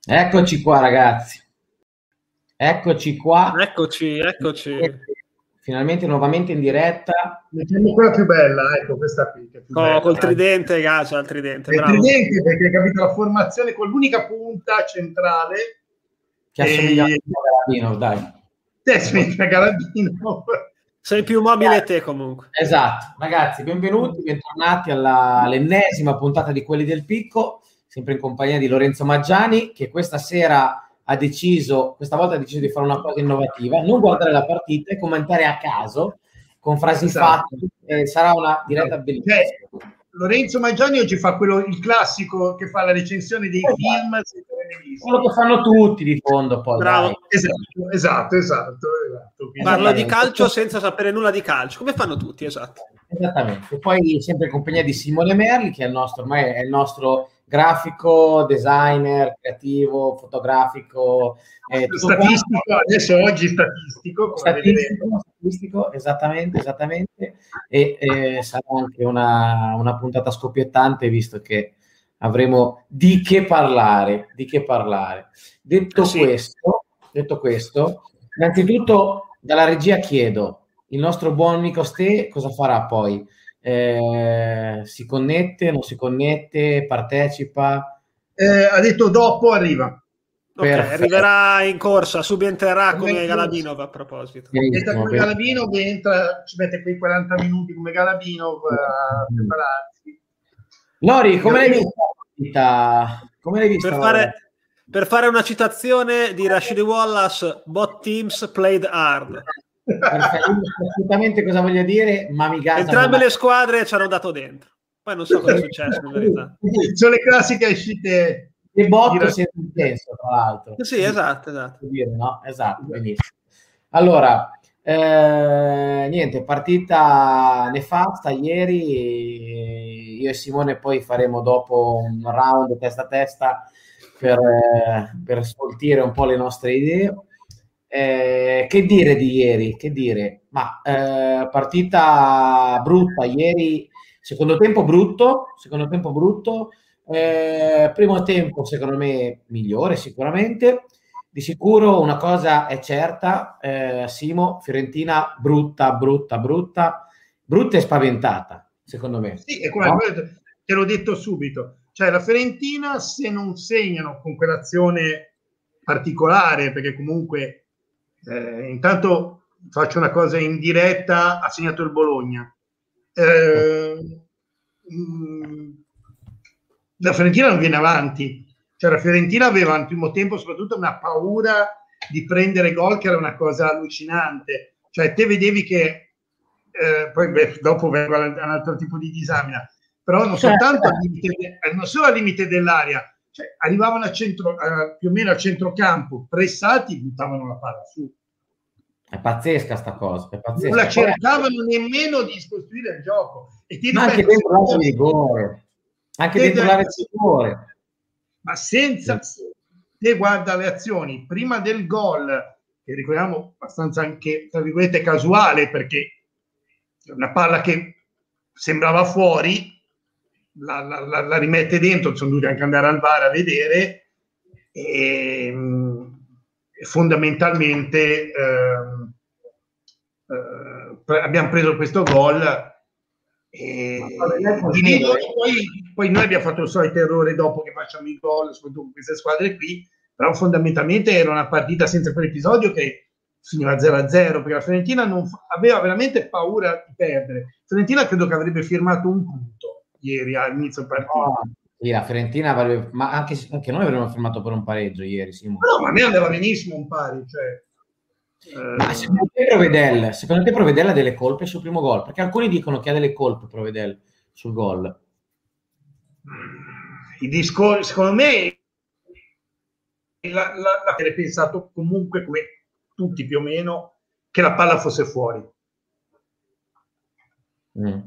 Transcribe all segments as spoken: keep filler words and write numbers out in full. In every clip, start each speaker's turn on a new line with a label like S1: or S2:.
S1: Eccoci qua ragazzi, eccoci qua.
S2: Eccoci, eccoci.
S1: Finalmente nuovamente in diretta.
S3: Mettiamo quella più bella, ecco questa qui. Che è più
S2: Co-
S3: bella,
S2: col
S3: dai.
S2: tridente, Gacia, il tridente,
S3: Il
S2: bravo.
S3: tridente, perché hai capito la formazione con l'unica punta centrale.
S1: Che assomiglia a Galadino, dai.
S3: Te sembra Galadino.
S2: Sei più mobile te comunque.
S1: Esatto, ragazzi, benvenuti, bentornati alla, all'ennesima puntata di Quelli del Picco, sempre in compagnia di Lorenzo Maggiani, che questa sera ha deciso, questa volta ha deciso di fare una cosa innovativa, non guardare la partita e commentare a caso, con frasi
S3: Esatto.
S1: fatte, eh, sarà una diretta bellissima.
S3: Cioè, Lorenzo Maggiani oggi fa quello, il classico che fa la recensione dei
S1: Esatto.
S3: film senza averli visti.
S1: Quello che fanno tutti di fondo poi.
S2: Bravo.
S1: Dai.
S3: Esatto, esatto, esatto, esatto. Quindi-
S2: Parlo di calcio senza sapere nulla di calcio, come fanno tutti, esatto.
S1: Esattamente. Poi sempre in compagnia di Simone Merli, che è il nostro, ormai è il nostro grafico, designer, creativo, fotografico, eh, tutto
S3: statistico,
S1: quanto.
S3: adesso oggi statistico, come vedremo.
S1: Statistico, statistico, esattamente, esattamente. E eh, sarà anche una, una puntata scoppiettante, visto che avremo di che parlare, di che parlare. Detto
S2: Eh sì.
S1: questo, detto questo, innanzitutto dalla regia chiedo, il nostro buon amico Ste cosa farà poi? Eh, si connette, non si connette, partecipa?
S3: Eh, ha detto dopo arriva.
S2: Ok,
S1: Perfetto.
S2: arriverà in corsa, subentrerà
S3: Come
S2: come
S3: in
S2: Galabinov a proposito.
S3: Entra
S1: Benissimo,
S3: come
S1: benissimo.
S3: Galabinov, entra, ci mette quei quaranta minuti come Galabinov a prepararsi.
S1: Lori, come l'hai vista la partita? Come l'hai vista?
S2: Per
S1: la-
S2: fare, per fare una citazione di Rashid Wallace, both teams played hard.
S1: Perfetto, io non so assolutamente cosa voglia dire, ma mi gasa.
S2: Entrambe le squadre ci hanno dato dentro. Poi non so cosa è successo in verità.
S3: Sono le classiche uscite.
S1: E botto
S3: Dire-
S1: senza senso, tra l'altro.
S2: Sì, esatto, esatto.
S1: Devo dire, no? Esatto, benissimo. Allora, eh, niente, partita nefasta ieri. Io e Simone poi faremo dopo un round testa a testa per, eh, per sfoltire un po' le nostre idee. Eh, che dire di ieri? Che dire? Ma eh, partita brutta ieri, secondo tempo brutto, secondo tempo brutto, eh, primo tempo secondo me migliore sicuramente. Di sicuro una cosa è certa, eh, Simo, Fiorentina brutta, brutta, brutta, brutta e spaventata, secondo me.
S3: Sì, è come
S1: No?
S3: te l'ho detto subito. Cioè la Fiorentina, se non segnano con quell'azione particolare, perché comunque eh, intanto faccio una cosa in diretta, ha segnato il Bologna. Eh, mh, la Fiorentina non viene avanti. Cioè la Fiorentina aveva nel primo tempo soprattutto una paura di prendere gol, che era una cosa allucinante. Cioè te vedevi che eh, poi beh, dopo vengo un altro tipo di disamina, però non soltanto al limite, de- non solo al limite dell'area, cioè arrivavano a centro, eh, più o meno al centrocampo, pressati, buttavano la palla su.
S1: È pazzesca sta cosa, è pazzesca.
S3: Non la
S1: Poi-
S3: cercavano nemmeno di costruire il gioco. E ti
S1: ma anche
S3: ripeto,
S1: dentro l'area
S3: secondo
S1: di
S3: me-
S1: rigore, anche
S3: Sì,
S1: dentro
S3: sì.
S1: l'area di rigore.
S3: ma senza te guarda le azioni prima del gol, che ricordiamo abbastanza anche tra virgolette casuale, perché una palla che sembrava fuori la, la, la, la rimette dentro, sono dovuti anche andare al V A R a vedere, e mh, fondamentalmente ehm, eh, abbiamo preso questo gol e di lì poi, poi noi abbiamo fatto il solito errore dopo che facciamo i gol, soprattutto con queste squadre qui, però fondamentalmente era una partita senza quell'episodio che finiva zero a zero, perché la Fiorentina non fa- aveva veramente paura di perdere. La Fiorentina credo che avrebbe firmato un punto ieri all'inizio partita.
S1: No, sì, la Fiorentina avrebbe, ma anche, anche noi avremmo firmato per un pareggio ieri, Simo.
S3: No, ma a me andava benissimo un pari, cioè, eh,
S1: Ma secondo te Provedel, secondo te Provedel ha delle colpe sul primo gol? Perché alcuni dicono che ha delle colpe Provedel sul gol.
S3: i discorsi, secondo me la, la, la, avrei pensato comunque come tutti più o meno che la palla fosse fuori.
S1: Mm.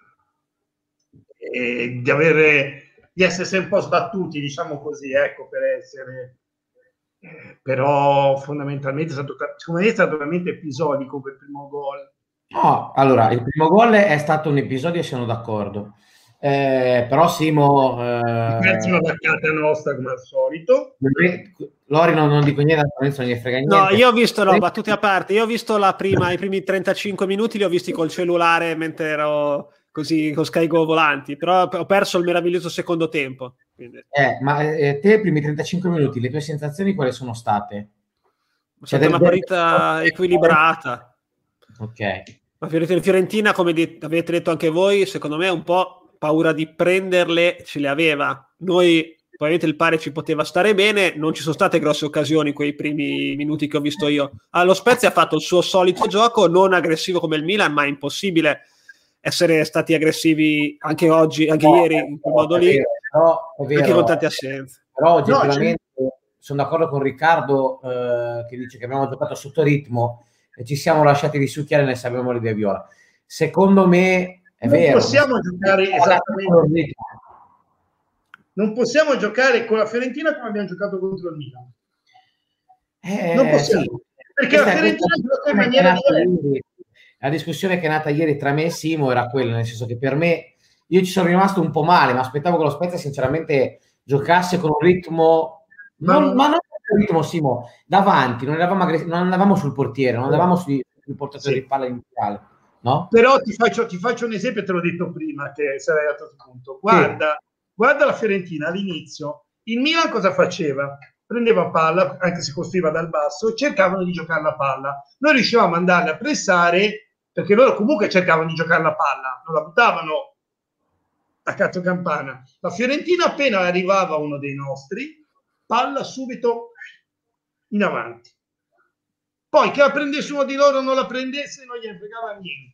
S3: E di avere di essersi un po' sbattuti, diciamo così, ecco, per essere eh, però fondamentalmente è stato, secondo me è stato veramente episodico quel primo gol.
S1: No, allora, il primo gol è stato un episodio, sono d'accordo. Eh, però Simo eh,
S3: perso una vaccata nostra come al solito.
S1: Lori non, non dico niente, non gli frega niente.
S2: No, io ho visto, no, battute a parte, io ho visto la prima, i primi trentacinque minuti li ho visti col cellulare mentre ero così con Sky Go volanti, però ho perso il meraviglioso secondo tempo. Quindi.
S1: Eh, ma eh, te, i primi trentacinque minuti, le tue sensazioni quali sono state?
S2: È stata cioè, una partita del... equilibrata.
S1: Ok.
S2: La Fiorentina, come det- avete detto anche voi, secondo me un po' paura di prenderle ce le aveva. Noi probabilmente il pari ci poteva stare bene, non ci sono state grosse occasioni quei primi minuti che ho visto io. Ah, lo Spezia ha fatto il suo solito gioco, non aggressivo come il Milan, ma è impossibile essere stati aggressivi anche oggi, anche no, ieri, in quel no, modo lì,
S1: vero, però, è vero,
S2: anche con tante assenze.
S1: Però oggettivamente no, sono d'accordo con Riccardo eh, che dice che abbiamo giocato sotto ritmo e ci siamo lasciati risucchiare nel Sabriomoli di Viola. Secondo me è
S3: non
S1: vero.
S3: Possiamo giocare esattamente non possiamo giocare con la Fiorentina come abbiamo giocato contro il Milan.
S1: Eh,
S3: non possiamo. Sì. Perché
S1: Questa
S3: la Fiorentina gioca in maniera diversa.
S1: La discussione che è nata ieri tra me e Simo era quella, nel senso che per me, io ci sono rimasto un po' male, ma aspettavo che lo Spezia sinceramente giocasse con un ritmo, non, ma, non... ma non un ritmo, Simo, davanti, non eravamo, aggress- non andavamo sul portiere, non andavamo sui, sui portatori sì. di palla iniziale, no?
S3: Però ti faccio, ti faccio un esempio, te l'ho detto prima, che sarai a questo punto. Guarda, sì. guarda la Fiorentina all'inizio, il Milan cosa faceva? Prendeva palla, anche se costruiva dal basso, cercavano di giocare la palla. Noi riuscivamo ad andarle a pressare, perché loro comunque cercavano di giocare la palla, non la buttavano a cazzo campana. La Fiorentina appena arrivava uno dei nostri, palla subito in avanti. Poi che la prendesse uno di loro o non la prendesse, non gliene fregava niente.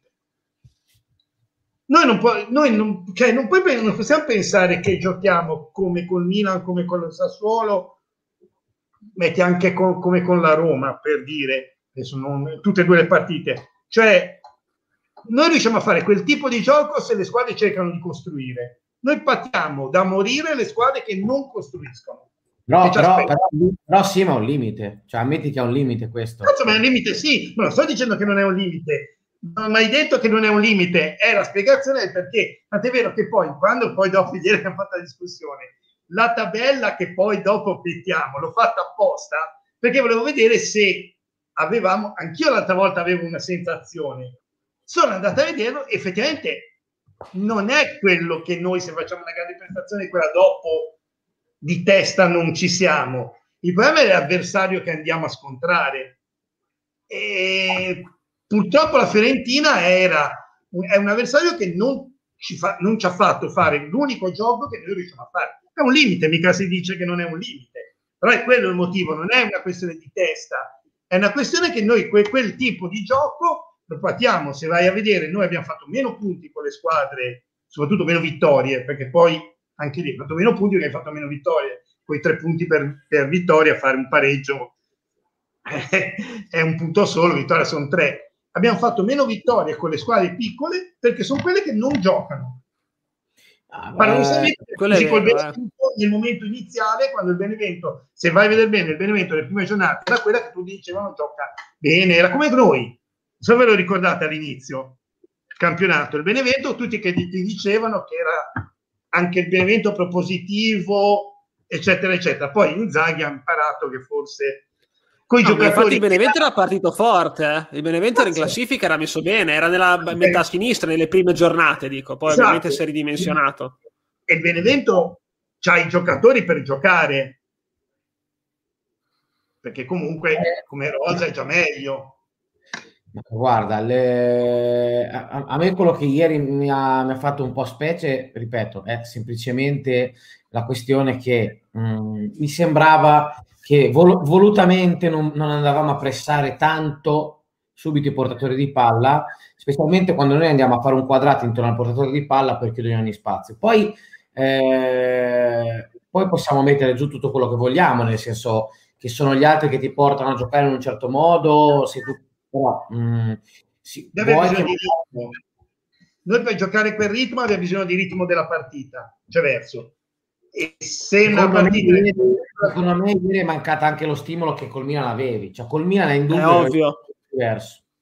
S3: Noi non, può, noi non, cioè non, puoi, non possiamo pensare che giochiamo come col Milan, come con il Sassuolo, metti anche con, come con la Roma, per dire, adesso non, tutte e due le partite. Cioè, noi riusciamo a fare quel tipo di gioco se le squadre cercano di costruire. Noi patiamo da morire le squadre che non costruiscono.
S1: No, però, però, però sì, ma è un limite. Cioè, ammetti che è un limite questo.
S3: Cazzo, ma è un limite, sì. Ma non sto dicendo che non è un limite. Non ho mai detto che non è un limite. È la spiegazione del perché. Tant'è vero che poi, quando poi dopo ieri abbiamo fatto la discussione, la tabella che poi dopo mettiamo, l'ho fatta apposta, perché volevo vedere se avevamo, anch'io l'altra volta avevo una sensazione. Sono andato a vederlo, effettivamente non è quello che noi, se facciamo una grande prestazione, quella dopo di testa non ci siamo. Il problema è l'avversario che andiamo a scontrare. E purtroppo la Fiorentina era è un avversario che non ci, fa, non ci ha fatto fare l'unico gioco che noi riusciamo a fare. È un limite, mica si dice che non è un limite, però è quello il motivo, non è una questione di testa, è una questione che noi que, quel tipo di gioco lo partiamo. Se vai a vedere, noi abbiamo fatto meno punti con le squadre, soprattutto meno vittorie, perché poi anche lì hai fatto meno punti perché hai fatto meno vittorie, quei tre punti per, per vittoria, fare un pareggio è un punto solo, vittoria sono tre. Abbiamo fatto meno vittorie con le squadre piccole perché sono quelle che non giocano.
S1: Ah,
S3: paradossalmente
S2: eh, vero,
S3: eh. nel momento iniziale, quando il Benevento, se vai a vedere bene, il Benevento nelle prime giornate era quella che tu dicevano gioca bene, era come noi, se ve lo ricordate all'inizio il campionato, il Benevento, tutti che ti dicevano che era anche il Benevento propositivo, eccetera eccetera. Poi Inzaghi ha imparato che forse con i
S2: no,
S3: giocatori,
S2: infatti il Benevento era partito forte, eh? Il Benevento era in classifica, era messo bene, era nella metà sinistra nelle prime giornate, dico, poi esatto. Ovviamente si è ridimensionato.
S3: E il Benevento c'ha i giocatori per giocare, perché comunque come rosa è già meglio.
S1: Guarda, le... a, a me quello che ieri mi ha, mi ha fatto un po' specie, ripeto, è semplicemente la questione che mh, mi sembrava che vol- volutamente non, non andavamo a pressare tanto subito i portatori di palla, specialmente quando noi andiamo a fare un quadrato intorno al portatore di palla per chiudere ogni spazio. Poi, eh, poi possiamo mettere giù tutto quello che vogliamo, nel senso che sono gli altri che ti portano a giocare in un certo modo, se tu però mh, sì, vuoi che...
S3: di ritmo. Noi per giocare quel ritmo abbiamo bisogno di ritmo della partita, cioè verso. E se
S1: secondo,
S3: una partita...
S1: me, ieri, secondo me ieri è mancata anche lo stimolo che col Milan avevi, cioè col Milan è indubbio
S2: è ovvio
S1: diverso.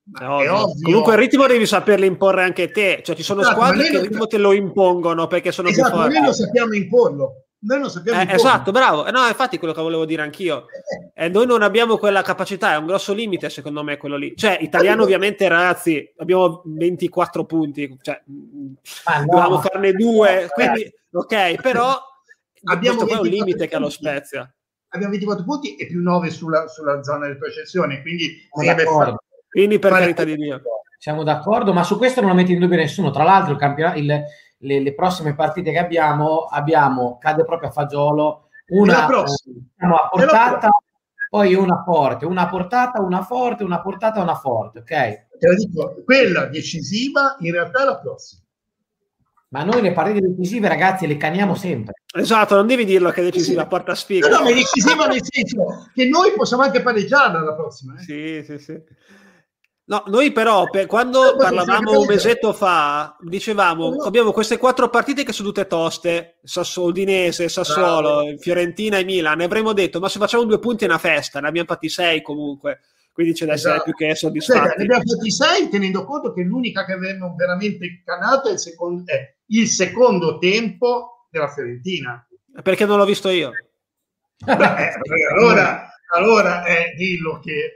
S2: È ovvio. È ovvio. Comunque il ritmo devi saperlo imporre anche te, cioè ci sono esatto, squadre che il ritmo te lo impongono perché sono
S3: esatto,
S2: più forti.
S3: Noi lo sappiamo imporlo. Noi non sappiamo
S2: eh, esatto, bravo. No, infatti quello che volevo dire anch'io. Eh, noi non abbiamo quella capacità, è un grosso limite secondo me quello lì. Cioè, italiano ovviamente ragazzi, abbiamo ventiquattro punti, cioè ah, no, dobbiamo ma... farne due, quindi ok, però
S3: abbiamo
S2: questo è un limite che ha lo Spezia.
S3: Abbiamo ventiquattro punti e più nove sulla, sulla zona di retrocessione, quindi
S2: fare... quindi per fare... carità di Dio.
S1: Siamo d'accordo, ma su questo non lo mette in dubbio nessuno. Tra l'altro il campionato il Le, le prossime partite che abbiamo, abbiamo cade proprio a fagiolo, una eh, a portata, poi una forte, una portata, una forte, una portata, una forte, ok?
S3: Te lo dico, quella decisiva in realtà è la prossima.
S1: Ma noi le partite decisive, ragazzi, le caniamo sempre.
S2: Esatto, non devi dirlo che è decisiva,
S3: sì.
S2: Porta sfiga.
S3: No, no, ma è decisiva nel senso che noi possiamo anche pareggiarla la prossima. Eh?
S2: Sì, sì, sì. No, noi però per, quando parlavamo un mesetto fa dicevamo no. abbiamo queste quattro partite che sono tutte toste, Sassuolo, Udinese, Sassuolo, Bravo. Fiorentina e Milan, ne avremmo detto ma se facciamo due punti è una festa, ne abbiamo fatti sei comunque, quindi c'è da essere esatto. più che soddisfatti.
S3: Cioè, ne abbiamo fatti sei tenendo conto che l'unica che avremmo veramente canato è il secondo, è il secondo tempo della Fiorentina.
S2: Perché non l'ho visto io?
S3: Beh, allora, allora eh, dillo che...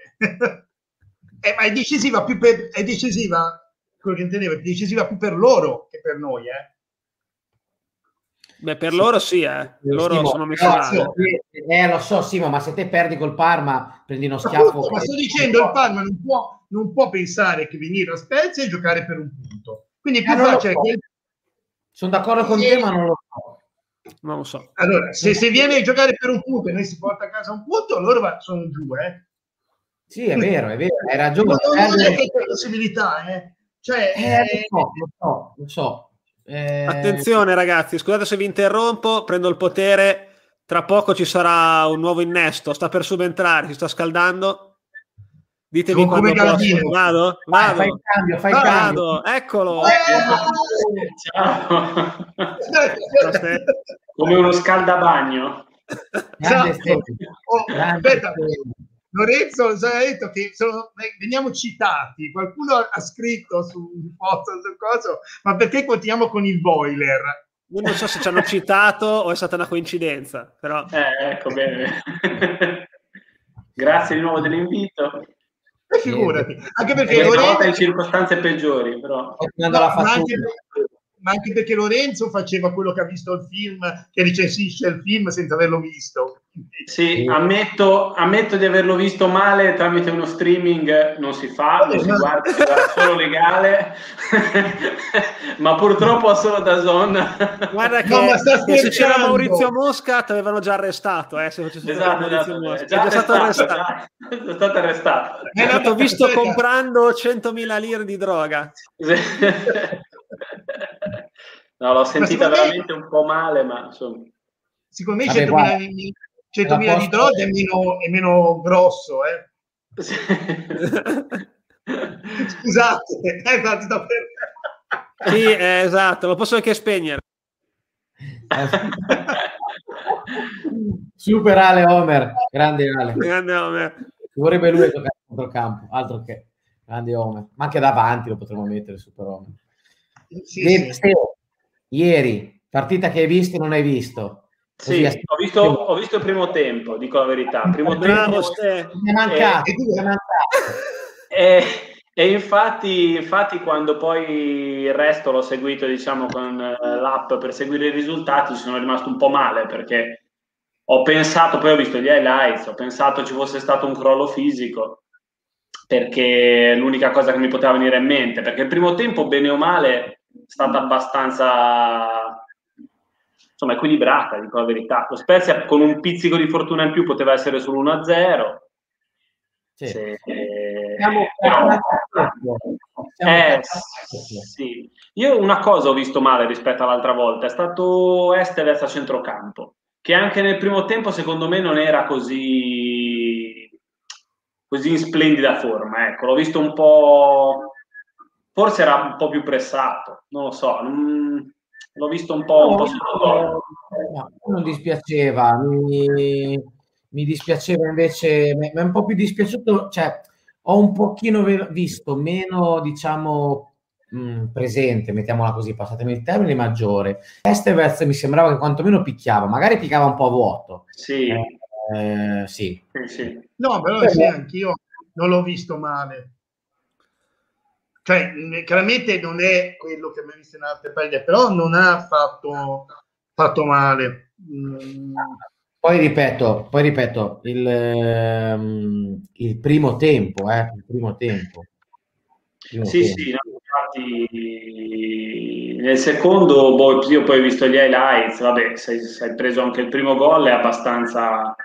S3: Eh, ma è decisiva più per è decisiva quello che intendevo, è decisiva più per loro che per noi, eh.
S2: Beh, per sì. loro sì, eh. Loro Simo, sono messi male.
S1: Eh, lo so, Simo, ma se te perdi col Parma, prendi uno schiaffo.
S3: Appunto, ma sto dicendo, il Parma non può, non può pensare che venire a Spezia e giocare per un punto. Quindi più eh, facile so. che...
S1: Sono d'accordo con e... te, ma non lo so.
S2: Non lo so.
S3: Allora, se, se viene a giocare per un punto e noi si porta a casa un punto, loro sono giù, eh.
S1: Sì, è vero, è vero, hai ragione.
S3: Non, non è che c'è possibilità, eh. Cioè,
S1: eh, lo so, lo so, lo so.
S2: Eh... Attenzione ragazzi, scusate se vi interrompo, prendo il potere, tra poco ci sarà un nuovo innesto, sta per subentrare, si sta scaldando. Ditemi quando posso. Vado? Vado.
S1: Fai il cambio, fai il
S2: cambio. Vado, eccolo.
S4: Ciao. Come uno scaldabagno.
S3: Esatto. Oh, aspetta. Lorenzo ha detto che sono, veniamo citati, qualcuno ha scritto su un post su coso, ma perché continuiamo con il boiler?
S2: Io non so se ci hanno citato o è stata una coincidenza, però...
S4: Eh, ecco, bene. Grazie di nuovo dell'invito.
S3: E figurati, anche perché
S4: Lorenzo...
S3: Lorenzo...
S4: in circostanze peggiori, però...
S3: No, ma, anche, ma anche perché Lorenzo faceva quello che ha visto il film, che recensisce il film senza averlo visto.
S4: Sì, ammetto, ammetto di averlo visto male tramite uno streaming, non si fa, non si guarda, si guarda solo legale, ma purtroppo solo da Zon.
S2: Guarda che, no, che se c'era Maurizio Mosca ti avevano già arrestato, eh, se
S4: esatto, esatto, Mosca. È già, è già
S2: arrestato,
S4: stato arrestato. Già, è stato arrestato.
S2: È stato visto comprando centomila lire di droga.
S4: No, l'ho sentita veramente un po' male, ma insomma.
S3: Secondo me centomila di droga è meno, è meno grosso, eh.
S4: Sì.
S3: Scusate, eh, per...
S2: Sì, eh, esatto, lo posso anche spegnere.
S1: Super Ale Homer, grande Ale.
S2: Grande Homer.
S1: Ci vorrebbe lui giocare contro il campo, altro che grande Homer. Ma anche davanti lo potremmo mettere Super Homer. Sì, sì. Steo, ieri, partita che hai visto e non hai visto.
S4: Così sì, ho visto, ho visto il primo tempo, dico la verità. Primo
S2: Bravo,
S4: tempo,
S1: mi è mancato, eh, mi è mancato.
S4: E, e infatti, infatti, quando poi il resto l'ho seguito, diciamo, con l'app per seguire i risultati, sono rimasto un po' male perché ho pensato, poi ho visto gli highlights, ho pensato ci fosse stato un crollo fisico, perché è l'unica cosa che mi poteva venire in mente, perché il primo tempo, bene o male, è stata abbastanza... insomma equilibrata, dico la verità. Lo Spezia con un pizzico di fortuna in più poteva essere solo uno a zero.
S1: Sì.
S4: Se, eh,
S1: Siamo
S4: eh, sì. Io una cosa ho visto male rispetto all'altra volta, è stato Esteves a centrocampo, che anche nel primo tempo secondo me non era così così in splendida forma, ecco, l'ho visto un po', forse era un po' più pressato, non lo so, non... l'ho visto un po',
S1: no,
S4: un po' sotto.
S1: No, non dispiaceva, mi, mi dispiaceva invece, mi è un po' più dispiaciuto, cioè ho un pochino ve- visto meno, diciamo, mh, presente, mettiamola così, passatemi il termine, maggiore. Estevez mi sembrava che quantomeno picchiava, magari picchiava un po' a vuoto.
S4: Sì.
S1: Eh, eh, sì.
S4: Sì, sì.
S3: No, però
S1: Però-
S3: sì, anch'io non l'ho visto male. Cioè, mh, chiaramente non è quello che abbiamo visto in altre partite, però non ha fatto, fatto male. Mm,
S1: Poi ripeto, poi ripeto, il, ehm, il primo tempo, eh, il primo tempo. Primo
S4: Sì,
S1: tempo.
S4: sì, no, infatti nel secondo, boh, io poi ho visto gli highlights, vabbè, se hai preso anche il primo gol è abbastanza...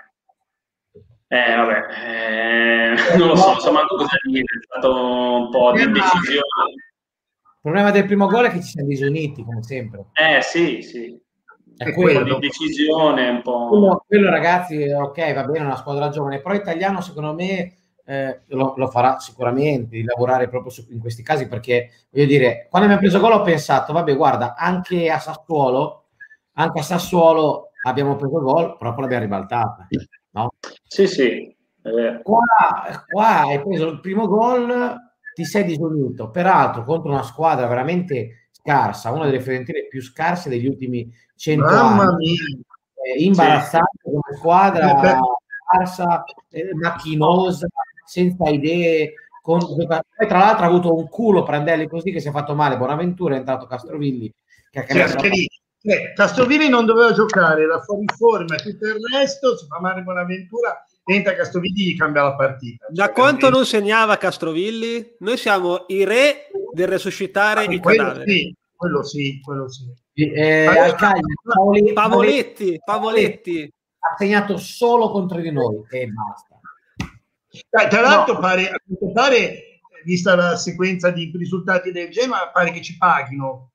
S4: Eh, vabbè, eh, non lo so, non so manco cosa dire, è stato un po' di indecisione.
S1: Il problema del primo gol è che ci siamo disuniti, come sempre.
S4: Eh, sì, sì.
S1: È
S3: È
S1: quello.
S4: Un po' di indecisione, un po'...
S1: Quello, quello, ragazzi, ok, va bene, è una squadra giovane, però italiano secondo me eh, lo, lo farà sicuramente, di lavorare proprio su, in questi casi, perché voglio dire, quando abbiamo preso gol ho pensato, vabbè, guarda, anche a Sassuolo, anche a Sassuolo abbiamo preso gol, però poi l'abbiamo ribaltata, no?
S4: Sì, sì. Eh.
S1: Qua, qua hai preso il primo gol, ti sei disunito, peraltro contro una squadra veramente scarsa, una delle Fiorentine più scarse degli ultimi cento
S3: mamma
S1: anni.
S3: mia.
S1: Eh, imbarazzante,
S4: Sì.
S1: come squadra scarsa, eh, macchinosa, senza idee. Con... Poi, tra l'altro, ha avuto un culo Prandelli così che si è fatto male. Buonaventura è entrato Castrovilli. Che ha cambiato
S3: Cioè, la... eh, Castrovilli non doveva giocare, era fuori forma e tutto il resto. Si fa male Buonaventura, entra Castrovilli e gli cambia la partita.
S2: Da
S3: cioè,
S2: quanto
S3: veramente...
S2: non segnava Castrovilli? Noi siamo i re del resuscitare
S3: ah,
S2: i
S3: quello
S2: cadaveri.
S3: sì, quello sì, quello sì.
S1: Eh,
S3: allora,
S1: al Cagliari,
S2: Pavoletti, Pavoletti, Pavoletti
S1: ha segnato solo contro di noi e basta.
S3: Tra l'altro,
S4: no.
S3: pare, a quanto pare, vista la sequenza di risultati del Genoa, pare che ci paghino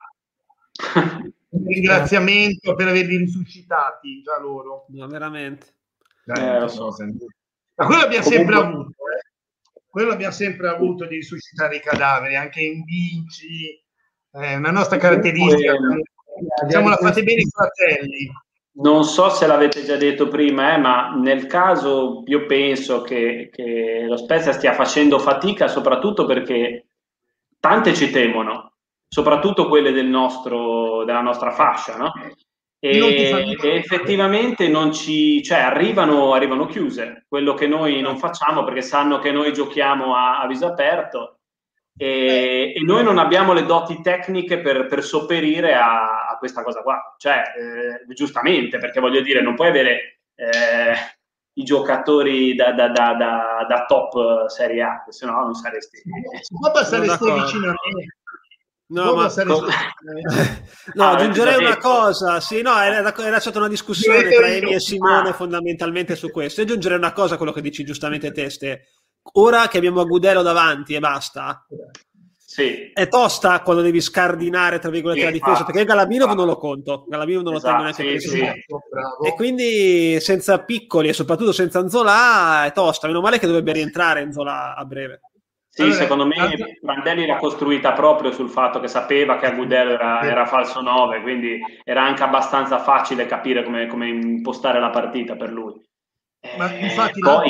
S3: un ringraziamento per averli risuscitati già loro.
S2: No, veramente.
S3: Dai,
S4: eh, so.
S3: Ma quello abbiamo
S4: Comunque...
S3: sempre avuto, eh. Quello abbiamo sempre avuto di risuscitare i cadaveri, anche in Vinci, è una nostra caratteristica.
S4: Comunque...
S3: Siamo la fate bene i fratelli.
S4: Non so se l'avete già detto prima, eh, ma nel caso io penso che, che lo Spezia stia facendo fatica, soprattutto perché tante ci temono, soprattutto quelle del nostro, della nostra fascia, no? E, e effettivamente non ci, cioè arrivano, arrivano chiuse, quello che noi non facciamo perché sanno che noi giochiamo a, a viso aperto. E, e noi non abbiamo le doti tecniche per, per sopperire a, a questa cosa qua, cioè eh, giustamente, perché voglio dire, non puoi avere eh, i giocatori da, da, da, da, da top Serie A, se no non saresti...
S3: Si può passare ste vicino a me?
S2: No, ma... no,
S4: ah,
S2: aggiungerei una cosa, sì, no, era, era stata una discussione tra Emi e Simone
S4: ah.
S2: fondamentalmente su questo, e aggiungerei una cosa a quello che dici giustamente te, Ste. Ora che abbiamo Agudelo davanti e basta,
S4: sì.
S2: è tosta quando devi scardinare tra virgolette sì, la difesa, ah, perché Galabinov ah, non lo conto, Galabinov non
S4: esatto,
S2: lo tengo neanche
S4: sì,
S2: preso,
S4: sì.
S2: E quindi senza Piccoli e soprattutto senza Nzola è tosta, meno male che dovrebbe rientrare Nzola a breve.
S4: Sì, allora, secondo me Prandelli l'ha costruita proprio sul fatto che sapeva che Agudelo era, era falso nove, quindi era anche abbastanza facile capire come, come impostare la partita per lui.
S3: Ma infatti,
S4: poi...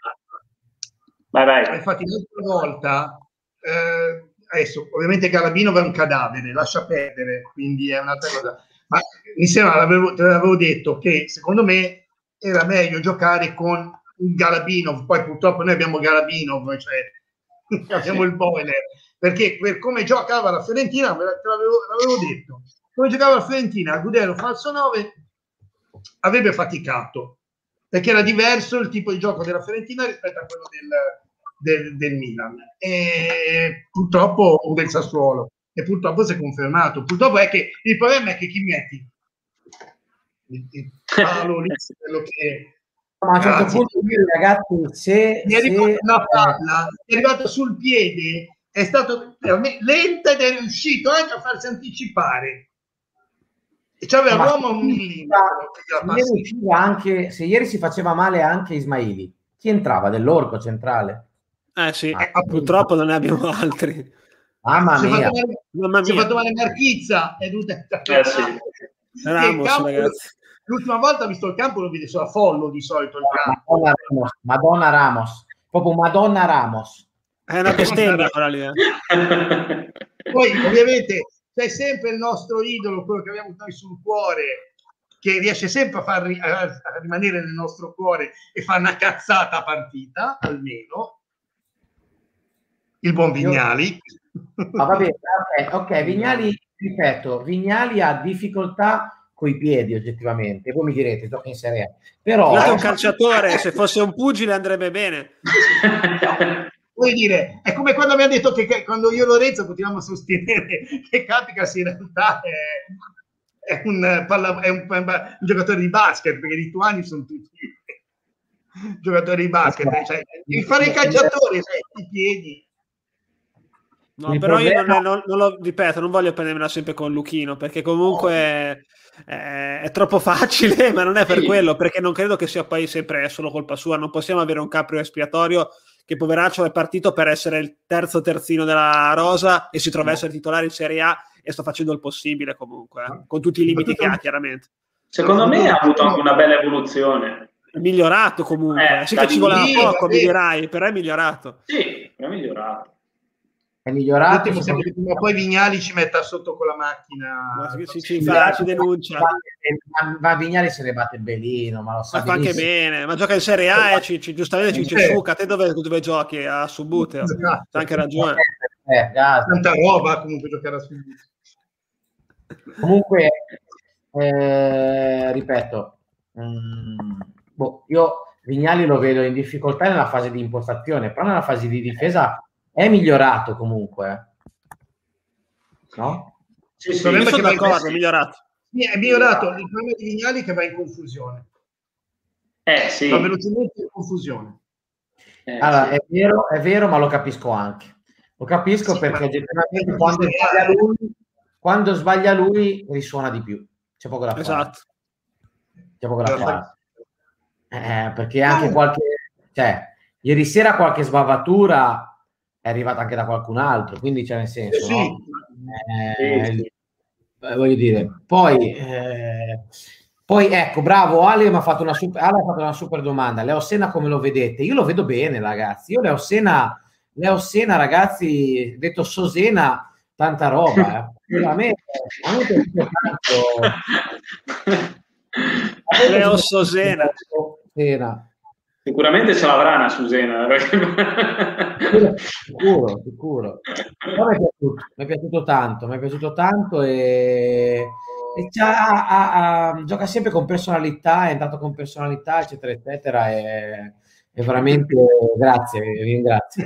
S4: vai, vai.
S3: infatti l'altra volta, eh, adesso ovviamente Galabinov è un cadavere, lascia perdere, quindi è un'altra cosa. Ma mi sembra, l'avevo, te l'avevo detto, che secondo me era meglio giocare con un Galabinov, poi purtroppo noi abbiamo Galabinov, cioè abbiamo il boiler, perché per come giocava la Fiorentina, te l'avevo, l'avevo detto, come giocava la Fiorentina, Agudelo falso nove, avrebbe faticato, perché era diverso il tipo di gioco della Fiorentina rispetto a quello del, del, del Milan, e purtroppo, o del Sassuolo, e purtroppo si è confermato. Purtroppo è che il problema è che chi metti il, il palo lì, quello che...
S1: Ma a un certo punto, ragazzi, se,
S3: mi è
S1: se
S3: una palla, è arrivato sul piede, è stato lenta ed è riuscito anche a farsi anticipare. E c'aveva l'uomo un millimetro.
S1: Anche, se ieri si faceva male anche Ismaili, chi entrava? Dell'orco centrale?
S2: Eh sì, ah, purtroppo non ne abbiamo altri.
S1: Mamma
S3: si
S1: mia.
S3: È fatto male,
S2: Mamma
S3: si
S2: mia.
S3: è fatto male Marchizza. È
S4: eh, sì.
S2: Ramos,
S3: campo,
S2: ragazzi.
S3: L'ultima volta ho visto il campo, lo vede solo a Follo di solito il campo.
S1: Madonna Ramos, Madonna Ramos, proprio Madonna Ramos.
S2: È una bestemmia quella lì. Eh.
S3: Poi ovviamente c'è sempre il nostro idolo, quello che abbiamo noi sul cuore, che riesce sempre a, far, a, a rimanere nel nostro cuore e fa una cazzata a partita, almeno, il buon Vignali.
S1: Ah, va bene, ok, ok, Vignali, ripeto, Vignali ha difficoltà coi piedi oggettivamente, voi mi direte, gioca in Serie A, però...
S2: È un calciatore, se fosse un pugile andrebbe bene.
S3: Vuoi dire, è come quando mi ha detto che, che quando io e Lorenzo continuiamo a sostenere che Capicas in realtà è, è, un, palla, è un, un giocatore di basket, perché i lituani sono tutti giocatori di basket, cioè, devi fare il calciatore, cioè, i piedi.
S2: No, il però problema... io non, è, non, non lo ripeto, non voglio prendermela sempre con Luchino, perché comunque è, è, è troppo facile, ma non è per sì. quello, perché non credo che sia poi sempre solo colpa sua. Non possiamo avere un capro espiatorio che poveraccio è partito per essere il terzo terzino della rosa e si trova a essere titolare in Serie A e sta facendo il possibile comunque, eh, con tutti i limiti che ha chiaramente.
S4: Secondo me ha avuto anche una bella evoluzione.
S2: È migliorato comunque, eh, sì che ci voleva lì, poco, mi dirai, però è migliorato.
S4: Sì, è migliorato.
S1: È migliorato,
S3: ma poi Vignali ci metta sotto con la macchina,
S2: ma ci, ci, ci, fa, ci denuncia.
S1: Ma, ma Vignali se ne batte benino, ma lo sa
S2: ma fa anche bene, ma gioca in Serie A e ci, ci, giustamente ci dice Suca, te dove, dove giochi? A Subuteo, esatto. C'ha anche ragione.
S3: Eh, tanta roba comunque giocare a Subuteo.
S1: Comunque, eh, ripeto, mh, boh, io Vignali lo vedo in difficoltà nella fase di impostazione, però nella fase di difesa è migliorato comunque, no?
S2: Sì, sì, io sono d'accordo, è migliorato.
S3: Sì, è migliorato. Il problema di Vignali è che va in confusione.
S4: Eh sì.
S3: Va velocemente in confusione.
S1: Eh, allora, sì. è vero, è vero, ma lo capisco anche. Lo capisco sì, perché oggettivamente quando sbaglia lui, quando sbaglia lui risuona di più. C'è poco da fare.
S2: Esatto.
S1: C'è poco da fare. Eh, perché anche no. qualche... Cioè, ieri sera qualche sbavatura è arrivata anche da qualcun altro, quindi c'è nel senso,
S3: sì,
S1: no? Eh, sì, sì. Eh, voglio dire, poi, eh, poi ecco, bravo, Ale mi ha fatto una super, Ale ha fatto una super domanda. Leo Sena come lo vedete? Io lo vedo bene, ragazzi. Io Leo Sena, Leo Sena, ragazzi, detto Sosena, tanta roba. Eh. A me, a me piace tanto.
S2: Leo Sosena.
S1: Sena.
S4: Sicuramente ce l'avrà una Susena. Perché...
S1: sicuro, sicuro. Però mi è piaciuto, mi è piaciuto tanto, mi è piaciuto tanto e, e ha, ha, ha, gioca sempre con personalità, è entrato con personalità, eccetera, eccetera. E, e veramente grazie, vi ringrazio.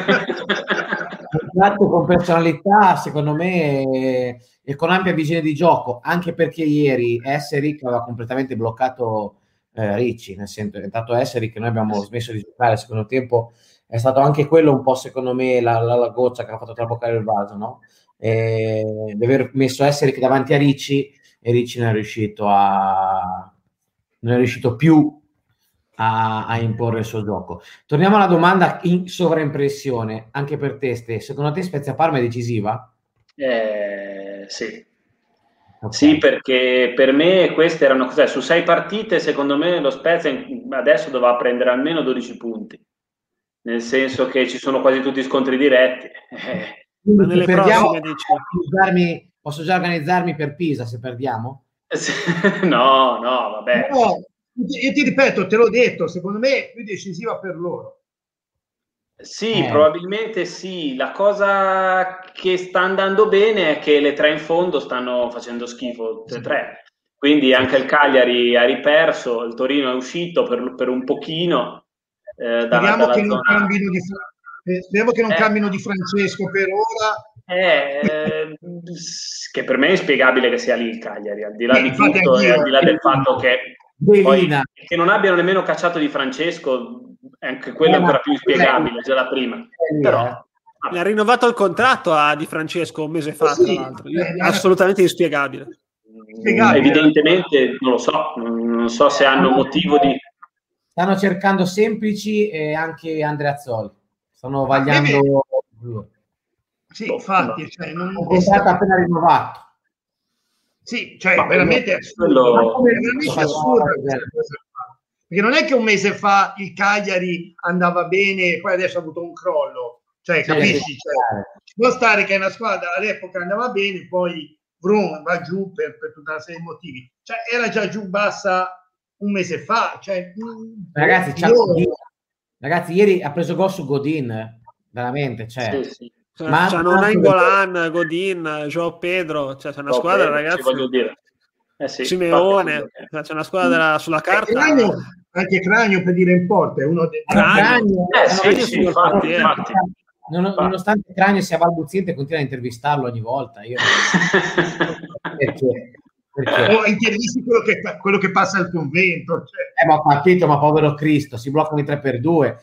S1: È entrato con personalità, secondo me, e, e con ampia visione di gioco, anche perché ieri Esseric aveva completamente bloccato Eh, Ricci, nel senso è entrato Esseric che noi abbiamo smesso di giocare al secondo tempo, è stato anche quello un po' secondo me la, la, la goccia che ha fatto traboccare il vaso, no? E, di aver messo Esseric davanti a Ricci e Ricci non è riuscito a non è riuscito più a, a imporre il suo gioco. Torniamo alla domanda in sovraimpressione, anche per te Ste, secondo te Spezia Parma è decisiva?
S4: Eh, sì.
S1: Okay.
S4: Sì, perché per me queste erano cos'è? Su sei partite, secondo me lo Spezia adesso dovrà prendere almeno dodici punti, nel senso che ci sono quasi tutti scontri diretti. Eh.
S1: Ma nelle perdiamo, prossime, posso, posso già organizzarmi per Pisa se perdiamo?
S4: No, no, vabbè.
S3: No, io ti ripeto, te l'ho detto, secondo me è più decisiva per loro.
S4: Sì,
S1: eh.
S4: probabilmente sì. La cosa che sta andando bene è che le tre in fondo stanno facendo schifo, tutte e tre. Quindi anche il Cagliari ha riperso, il Torino è uscito per, per un pochino. Eh,
S3: speriamo,
S4: dalla,
S3: che
S4: dalla
S3: non cambino di, eh, speriamo che non eh, cambino di Francesco per ora.
S4: Eh, che per me è inspiegabile che sia lì il Cagliari, al di là di tutto e al di là del fatto che, poi, che non abbiano nemmeno cacciato di Francesco. Anche quello è ancora più inspiegabile, già da prima. Però
S2: ne ha rinnovato il contratto a Di Francesco un mese fa,
S3: sì,
S2: tra l'altro. Assolutamente inspiegabile.
S4: Spiegabile. Evidentemente non lo so, non so se hanno motivo di...
S1: Stanno cercando Semplici e anche Andreazzoli. Stanno vagliando...
S3: Sì, infatti. Cioè, non
S1: è stato appena rinnovato.
S3: Sì, cioè ma veramente è
S4: quello...
S3: assurdo. Perché non è che un mese fa il Cagliari andava bene e poi adesso ha avuto un crollo. cioè,
S1: Sì,
S3: capisci?
S1: sì.
S3: Cioè, può stare che una squadra all'epoca andava bene, poi Vroom va giù per, per tutta una serie di motivi. Cioè, era già giù bassa un mese fa. Cioè,
S1: Ragazzi, c'ha
S3: io...
S1: Godin. Ragazzi, ieri ha preso gol su Godin, veramente, cioè.
S4: Sì, sì.
S2: Cioè,
S1: Ma
S2: c'hanno Nainggolan, Godin, Joao Pedro, cioè c'è una
S4: Joao
S2: squadra,
S4: Pedro,
S2: ragazzi.
S4: ci voglio dire. Eh sì,
S2: Simeone,
S4: infatti,
S2: cioè, c'è una squadra sulla carta.
S3: Cranio, anche Cranio per dire in porta è uno dei
S2: Cranio.
S4: Eh
S2: Eh,
S4: sì,
S2: Cranio
S4: sì,
S2: è
S4: infatti,
S2: il
S4: infatti.
S1: Non, nonostante Cranio sia balbuziente, continua a intervistarlo ogni volta. Io perché? Perché?
S3: O intervisti quello che, quello che passa al convento. Cioè.
S1: Eh, ma ho capito, ma povero Cristo, si bloccano i tre per due.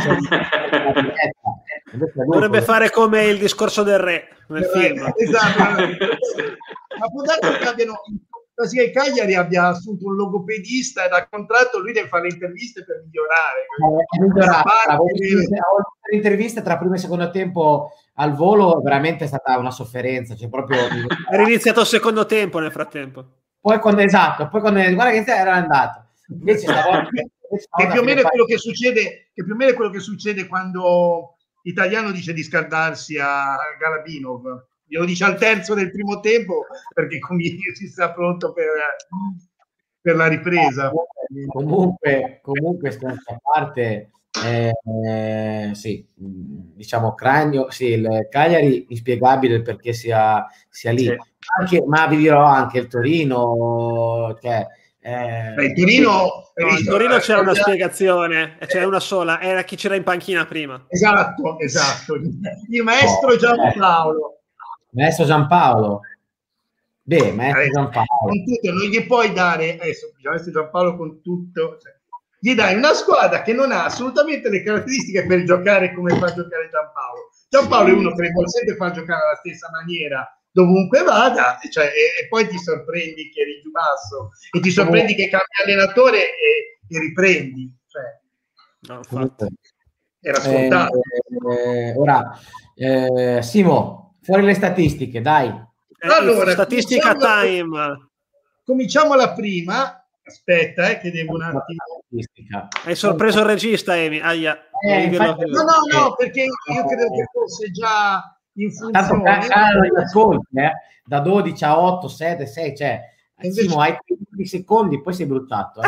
S2: Dovrebbe fare come il discorso del re nel
S3: Eh,
S2: film.
S3: Esatto. Ma può darsi che abbiano quasi che Cagliari abbia assunto un logopedista e da contratto lui deve fare le interviste per migliorare.
S1: Eh, migliorare.
S3: Deve...
S1: L'intervista tra primo e secondo tempo al volo veramente è stata una sofferenza, cioè proprio
S2: era iniziato il secondo tempo nel frattempo.
S1: Poi quando esatto, poi quando guarda che era andato. Invece stavolta,
S3: che più o meno è quello che succede, che più o meno è quello che succede quando l'italiano dice di scaldarsi a Galabinov. Glielo dice al terzo del primo tempo perché si sta pronto per, per la ripresa.
S1: Comunque, comunque a parte, eh, eh, sì, diciamo Cranio, sì, il Cagliari inspiegabile perché sia, sia lì. Sì. Anche, ma vi dirò anche il Torino, cioè, eh,
S3: Beh, il Torino,
S2: no, il Torino c'è una spiegazione, c'è una sola, era chi c'era in panchina prima.
S3: Esatto, esatto. Il maestro Giampaolo.
S1: Maestro Giampaolo. Beh, maestro
S3: eh,
S1: Giampaolo.
S3: Con tutto, non gli puoi dare, adesso, maestro Giampaolo con tutto, cioè, gli dai una squadra che non ha assolutamente le caratteristiche per giocare come fa giocare Giampaolo. Giampaolo è uno che vuole sempre far giocare alla stessa maniera dovunque vada, cioè, e, e poi ti sorprendi che eri giù basso e ti sorprendi che cambi allenatore e, e riprendi. Cioè,
S2: no, infatti.
S3: Era scontato.
S1: Eh, eh, ora, eh, Simo, fuori le statistiche, dai.
S2: Eh,
S3: allora,
S2: statistica
S3: cominciamo
S2: time.
S3: La, cominciamo la prima. Aspetta, eh, che devo un attimo.
S2: Hai sorpreso il regista, Emi. Aia.
S1: Eh, infatti,
S3: no, no, no, perché io credo che fosse già in funzione.
S1: Tanto calano gli ascolti, eh? Da dodici a otto, sette, sei, cioè, invece... Simo, hai quindici secondi, poi sei bruttato. Eh.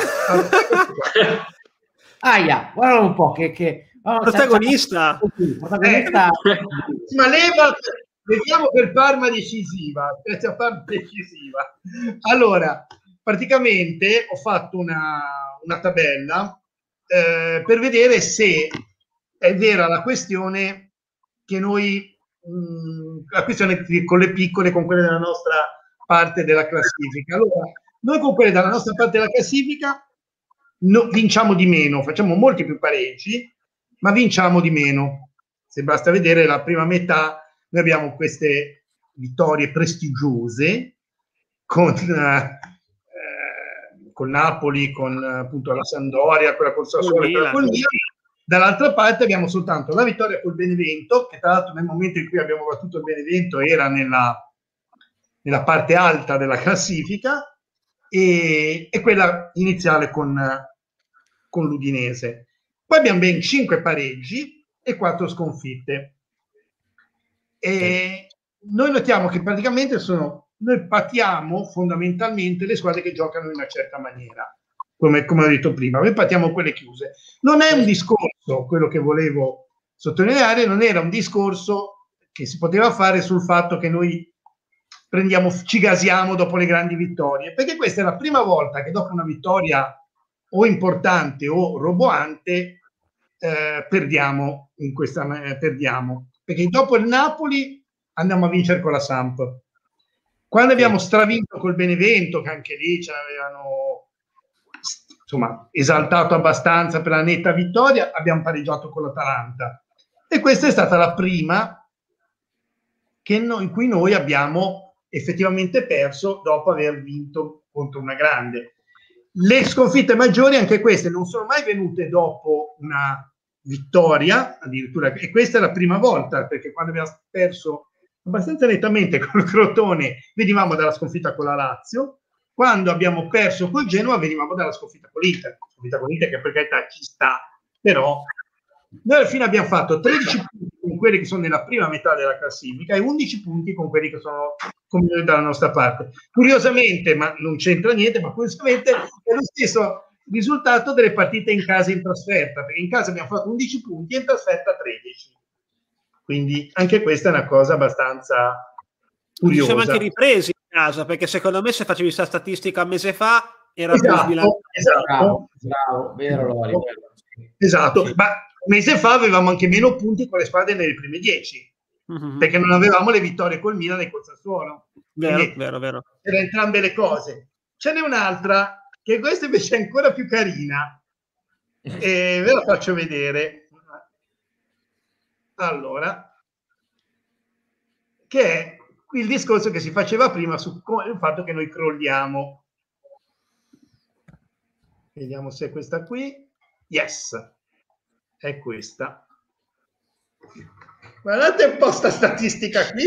S1: Aia, guarda un po' che... che...
S2: Oh, protagonista.
S1: protagonista.
S3: Eh, ma leva, vediamo per Parma decisiva. Per Parma decisiva. Allora, praticamente ho fatto una, una tabella eh, per vedere se è vera la questione che noi, mh, la questione con le piccole, con quelle della nostra parte della classifica. Allora, noi con quelle della nostra parte della classifica no, vinciamo di meno, facciamo molti più pareggi, ma vinciamo di meno. Se basta vedere la prima metà, noi abbiamo queste vittorie prestigiose con, eh, con Napoli, con appunto la Sampdoria, quella col Sassuolo e quella col Milan. Dall'altra parte abbiamo soltanto la vittoria col Benevento, che tra l'altro nel momento in cui abbiamo battuto il Benevento era nella, nella parte alta della classifica, e, e quella iniziale con, con l'Udinese. Poi abbiamo ben cinque pareggi e quattro sconfitte. E noi notiamo che praticamente sono, noi patiamo fondamentalmente le squadre che giocano in una certa maniera, come, come ho detto prima, noi patiamo quelle chiuse. Non è un discorso, quello che volevo sottolineare, non era un discorso che si poteva fare sul fatto che noi prendiamo, ci gasiamo dopo le grandi vittorie, perché questa è la prima volta che dopo una vittoria o importante o roboante eh, perdiamo in questa eh, perdiamo, perché dopo il Napoli andiamo a vincere con la Samp. Quando abbiamo stravinto col Benevento, che anche lì ce l'avevano insomma esaltato abbastanza per la netta vittoria, abbiamo pareggiato con l'Atalanta, e questa è stata la prima che no, in cui noi abbiamo effettivamente perso dopo aver vinto contro una grande. Le sconfitte maggiori, anche queste, non sono mai venute dopo una vittoria, addirittura, e questa è la prima volta, perché quando abbiamo perso abbastanza nettamente col Crotone venivamo dalla sconfitta con la Lazio, quando abbiamo perso col Genoa venivamo dalla sconfitta con l'Inter, sconfitta con l'Inter che per carità ci sta, però noi alla fine abbiamo fatto tredici punti con quelli che sono nella prima metà della classifica e undici punti con quelli che sono come noi dalla nostra parte. Curiosamente, ma non c'entra niente, ma curiosamente è lo stesso risultato delle partite in casa e in trasferta, perché in casa abbiamo fatto undici punti e in trasferta tredici. Quindi anche questa è una cosa abbastanza curiosa.
S2: Ci siamo anche ripresi in casa, perché secondo me se facevi questa statistica un mese fa era
S3: esatto,
S2: più sbilanciato.
S3: Esatto,
S1: bravo, bravo, vero Lori.
S3: Esatto, sì. Ma un mese fa avevamo anche meno punti con le squadre nelle prime dieci, mm-hmm. perché non avevamo le vittorie col Milan e col Sassuolo.
S2: Vero,
S3: Quindi,
S2: vero, vero.
S3: Per entrambe le cose. Ce n'è un'altra, che questa invece è ancora più carina, e ve la faccio vedere. Allora, che è il discorso che si faceva prima sul fatto che noi crolliamo. Vediamo se è questa qui. Yes, è questa. Guardate un po' sta statistica qui.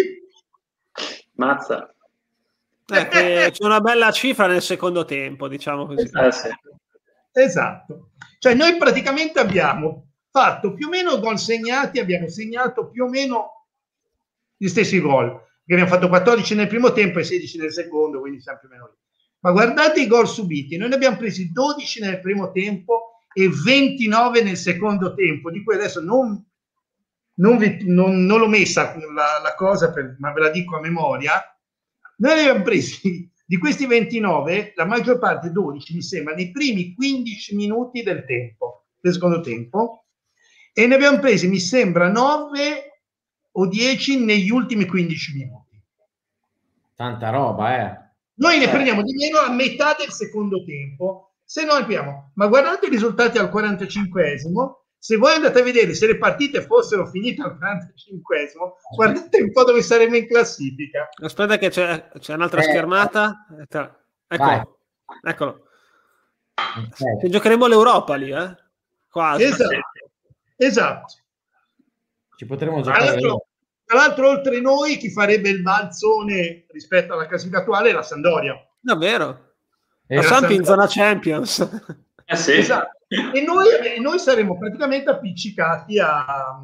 S4: Mazza.
S2: Eh, c'è una bella cifra nel secondo tempo, diciamo così.
S3: Esatto. Eh, sì. Esatto. Cioè noi praticamente abbiamo fatto più o meno gol segnati, abbiamo segnato più o meno gli stessi gol, che abbiamo fatto quattordici nel primo tempo e sedici nel secondo, quindi siamo più o meno lì. Ma guardate i gol subiti, noi ne abbiamo presi dodici nel primo tempo e ventinove nel secondo tempo, di cui adesso non, non, vi, non, non l'ho messa la, la cosa, per, ma ve la dico a memoria. Noi ne abbiamo presi, di questi ventinove, la maggior parte, dodici mi sembra, nei primi quindici minuti del tempo, del secondo tempo, e ne abbiamo presi, mi sembra, nove o dieci negli ultimi quindici minuti.
S1: Tanta roba, eh.
S3: Noi ne prendiamo di meno a metà del secondo tempo, se no abbiamo, ma guardate i risultati al quarantacinquesimo, se voi andate a vedere se le partite fossero finite al quarantacinquesimo, guardate un po' dove saremmo in classifica.
S2: Aspetta che c'è, c'è un'altra eh. schermata. Eccolo. Eccolo. Okay. Che giocheremo l'Europa lì, eh? Quasi.
S3: Esatto. Esatto.
S1: Ci potremo giocare.
S3: Tra l'altro, tra l'altro, oltre noi, chi farebbe il balzone rispetto alla classifica attuale è la Sampdoria.
S2: Davvero? La Sampi in zona Champions.
S4: Eh sì.
S3: Esatto. E noi, e noi saremo praticamente appiccicati a,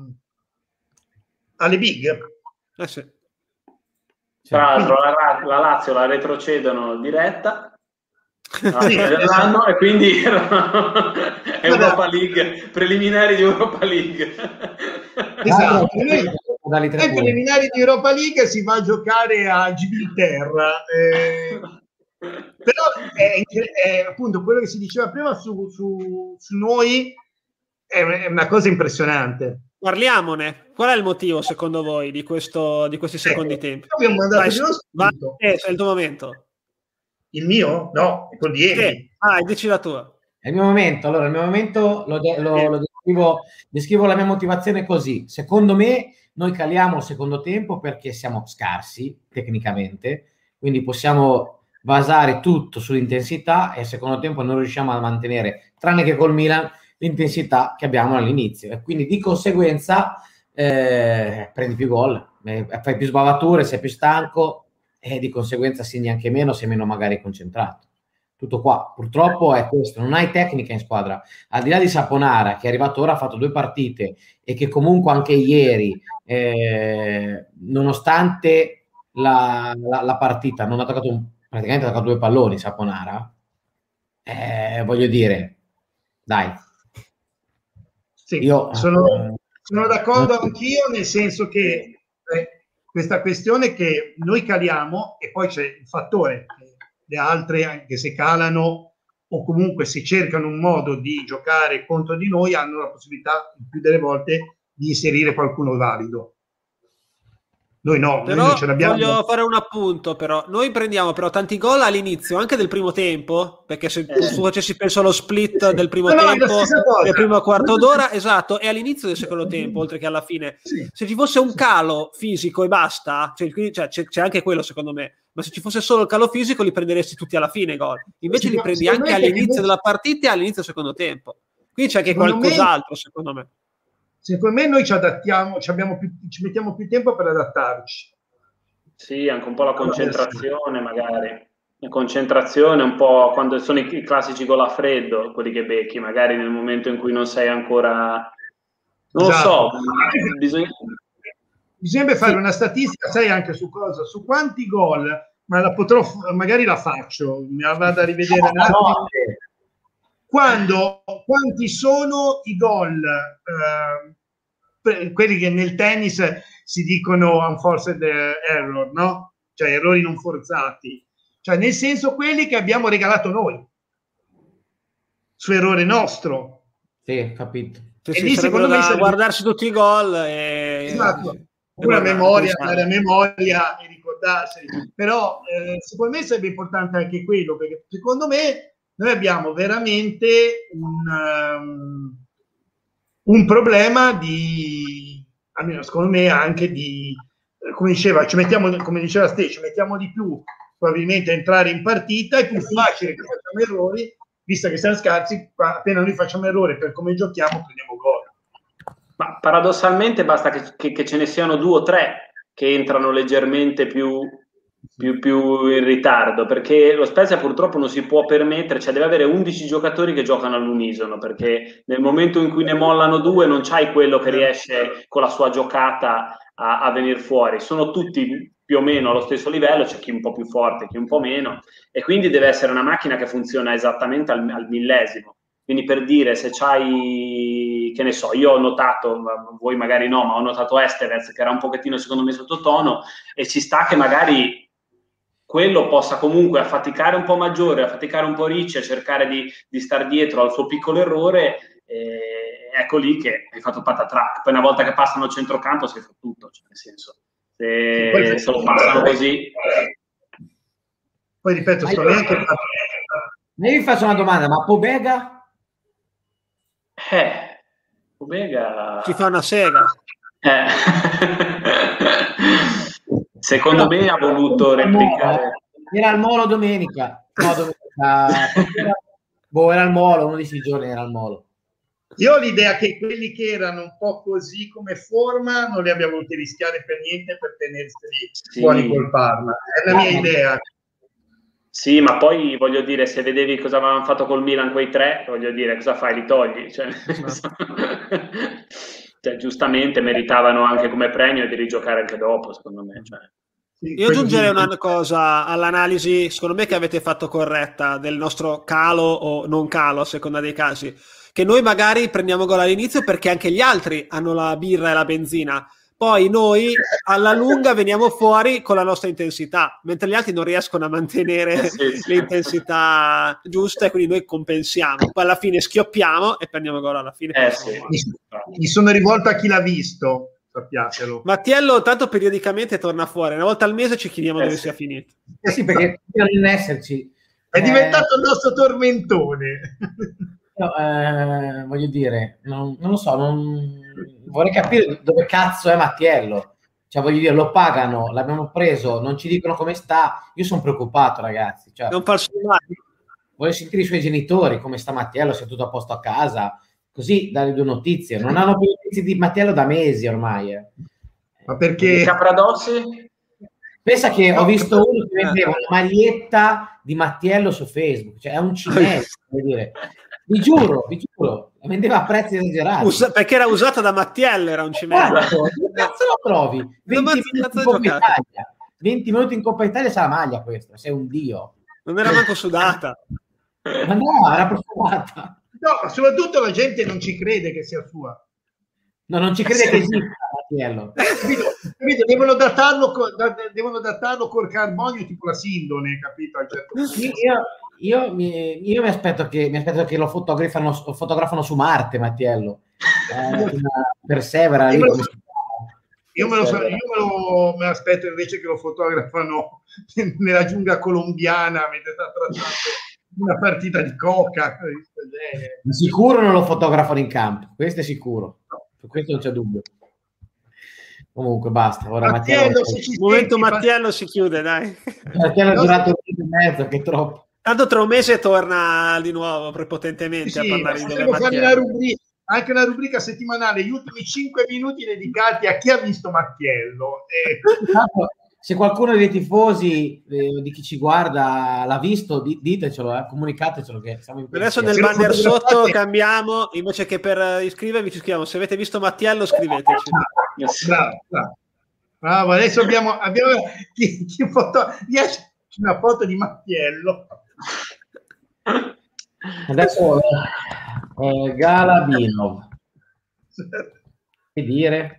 S3: alle big.
S2: Eh sì.
S4: Tra l'altro la, la Lazio la retrocedono diretta. No, sì, dell'anno, e quindi Europa League, preliminari di Europa League.
S3: Esatto, noi, noi preliminari di Europa League si va a giocare a Gibilterra, eh, però è, è appunto quello che si diceva prima su, su, su noi è, è una cosa impressionante.
S2: Parliamone. Qual è il motivo secondo voi di, questo, di questi secondi eh, tempi?
S3: Abbiamo mandato
S2: vai, vai, eh, è il tuo momento.
S3: Il mio? No, è quello di Emi.
S2: Ah, dici la tua.
S1: È il mio momento. Allora, il mio momento lo, de- lo, lo descrivo, descrivo la mia motivazione così. Secondo me, noi caliamo il secondo tempo perché siamo scarsi tecnicamente, quindi possiamo basare tutto sull'intensità e il secondo tempo non riusciamo a mantenere, tranne che col Milan, l'intensità che abbiamo all'inizio. E quindi di conseguenza eh, prendi più gol, eh, fai più sbavature, sei più stanco, e di conseguenza segni anche meno, sei meno magari concentrato. Tutto qua. Purtroppo è questo, non hai tecnica in squadra. Al di là di Saponara, che è arrivato ora, ha fatto due partite e che comunque anche ieri, eh, nonostante la, la, la partita, non ha toccato un, praticamente ha toccato due palloni Saponara, eh, voglio dire, dai.
S3: Sì, io sono, eh, sono d'accordo anch'io, nel senso che eh, questa questione che noi caliamo e poi c'è il fattore che le altre, anche se calano o comunque se cercano un modo di giocare contro di noi, hanno la possibilità il più delle volte di inserire qualcuno valido. Noi no,
S2: però
S3: noi non ce l'abbiamo.
S2: Voglio fare un appunto, però noi prendiamo però tanti gol all'inizio anche del primo tempo, perché se eh, tu facessi penso allo split sì. del primo no, tempo no, del primo quarto d'ora, esatto, e all'inizio del secondo tempo oltre che alla fine, sì. se ci fosse un calo fisico e basta, cioè, quindi, cioè, c'è, c'è anche quello secondo me, ma se ci fosse solo il calo fisico li prenderesti tutti alla fine i gol, invece sì, li prendi anche all'inizio che... della partita e all'inizio del secondo tempo, quindi c'è anche secondo qualcos'altro me... secondo me.
S3: Secondo me noi ci adattiamo, ci, abbiamo più, ci mettiamo più tempo per adattarci.
S4: Sì, anche un po' la concentrazione magari. La concentrazione un po' quando sono i, i classici gol a freddo, quelli che becchi, magari nel momento in cui non sei ancora... Non esatto. lo so, bisogna,
S3: bisognerebbe fare sì. una statistica, sai, anche su cosa, su quanti gol, ma la potrò, magari la faccio, mi vado a rivedere un attimo. Quando, quanti sono i gol, eh, quelli che nel tennis si dicono unforced error, no? Cioè errori non forzati, cioè nel senso quelli che abbiamo regalato noi, su errore nostro.
S1: Sì, capito.
S2: Sì, sì, secondo me sarebbe... guardarsi tutti i gol e...
S3: esatto. Una memoria, andare a memoria e ricordarsi, però eh, secondo me sarebbe importante anche quello, perché secondo me noi abbiamo veramente un, um, un problema di, almeno secondo me anche di, come diceva, ci mettiamo, come diceva Ste, ci mettiamo di più probabilmente a entrare in partita, è più facile che facciamo errori, visto che siamo scarsi, appena noi facciamo errore per come giochiamo prendiamo gol.
S4: Ma paradossalmente basta che, che, che ce ne siano due o tre che entrano leggermente più, più, più in ritardo, perché lo Spezia purtroppo non si può permettere, cioè deve avere undici giocatori che giocano all'unisono, perché nel momento in cui ne mollano due non c'hai quello che riesce con la sua giocata a, a venire fuori, sono tutti più o meno allo stesso livello, c'è chi un po' più forte, chi un po' meno, e quindi deve essere una macchina che funziona esattamente al, al millesimo. Quindi per dire, se c'hai, che ne so, io ho notato, voi magari no, ma ho notato Estevez che era un pochettino secondo me sottotono, e ci sta che magari quello possa comunque affaticare un po' Maggiore, affaticare un po' Ricci, a cercare di, di star dietro al suo piccolo errore, e ecco lì che hai fatto patatrac. Poi una volta che passano al centrocampo si fa tutto, cioè nel senso, se, se lo passano così...
S3: Poi ripeto, sto neanche...
S1: Ma io vi faccio una domanda, ma Pobega?
S4: Eh, Pobega...
S2: Ci fa una sega.
S4: Eh. Secondo me ha voluto replicare.
S1: Era al Molo domenica. No, domenica. Boh, era al Molo, uno di questi giorni era al Molo.
S3: Io ho l'idea che quelli che erano un po' così come forma non li abbia voluti rischiare per niente per tenerseli sì. fuori col Parma. È la mia idea.
S4: Sì, ma poi voglio dire, se vedevi cosa avevano fatto col Milan quei tre, voglio dire, cosa fai? Li togli? Cioè, cioè, giustamente meritavano anche come premio di rigiocare anche dopo, secondo me. Cioè.
S2: Io aggiungerei una cosa all'analisi, secondo me, che avete fatto corretta, del nostro calo o non calo, a seconda dei casi, che noi magari prendiamo gol all'inizio perché anche gli altri hanno la birra e la benzina. Poi noi alla lunga veniamo fuori con la nostra intensità, mentre gli altri non riescono a mantenere sì, sì. l'intensità giusta, e quindi noi compensiamo. Poi alla fine schioppiamo e prendiamo gol alla fine.
S4: Eh, sì.
S3: mi, mi sono rivolto a chi l'ha visto, sappiatelo.
S2: Mattiello tanto periodicamente torna fuori, una volta al mese ci chiediamo eh, dove sì. sia finito.
S1: Eh sì, perché non esserci.
S3: È eh... diventato il nostro tormentone.
S1: No, eh, voglio dire, non, non lo so, non... vorrei capire dove cazzo è Mattiello. Cioè, voglio dire, lo pagano, l'abbiamo preso, non ci dicono come sta. Io sono preoccupato, ragazzi. Cioè,
S2: non falso mai.
S1: Voglio sentire i suoi genitori, come sta Mattiello, se è tutto a posto a casa, così dare due notizie. Non hanno più notizie di Mattiello da mesi ormai. Eh.
S3: Ma perché?
S4: Capradossi?
S1: Pensa che ho visto uno che vendeva una maglietta di Mattiello su Facebook, cioè è un cinese, vuol dire. Vi giuro, vi giuro, la vendeva a prezzi esagerati.
S2: Us- perché era usata da Mattiello, era un cimento.
S1: Che cazzo lo trovi? venti minuti, in Coppa Italia. venti minuti in Coppa Italia sa la maglia questa, sei un dio.
S2: Non era manco sudata.
S1: Ma no, era profumata.
S3: No, ma soprattutto la gente non ci crede che sia sua.
S1: No, non ci crede che esista Mattiello.
S3: Capito? Capito? Devono datarlo, da, devono datarlo col carbonio tipo la Sindone, capito? A un certo punto.
S1: Io, io, mi, io mi aspetto che mi aspetto che lo fotografano, fotografano su Marte, Mattiello. Eh, persevera.
S3: Io,
S1: lì,
S3: me lo, io, me lo, io me lo me aspetto invece che lo fotografano nella giungla colombiana mentre sta trattando una partita di coca.
S1: Di sicuro non lo fotografano in campo, questo è sicuro. Su questo non c'è dubbio. Comunque basta. Ora
S3: Mattiello,
S1: Mattiello,
S3: se ci
S2: momento
S3: senti,
S2: Mattiello si chiude, dai.
S1: Mattiello è durato un mese e mezzo, che troppo.
S2: Tanto tra un mese torna di nuovo prepotentemente
S3: sì,
S2: a parlare di dove
S3: fare una rubrica, anche una rubrica settimanale, gli ultimi cinque minuti dedicati a chi ha visto Mattiello. E...
S1: Se qualcuno dei tifosi, eh, di chi ci guarda, l'ha visto, di, ditecelo, eh, comunicatecelo. Che siamo in
S2: adesso nel banner sotto cambiamo, invece che per iscrivervi ci scriviamo. Se avete visto Mattiello, scriveteci.
S3: Bravo, bravo. Bravo, adesso abbiamo, abbiamo chi, chi foto, una foto di Mattiello.
S1: Adesso eh, Galabinov. Che dire?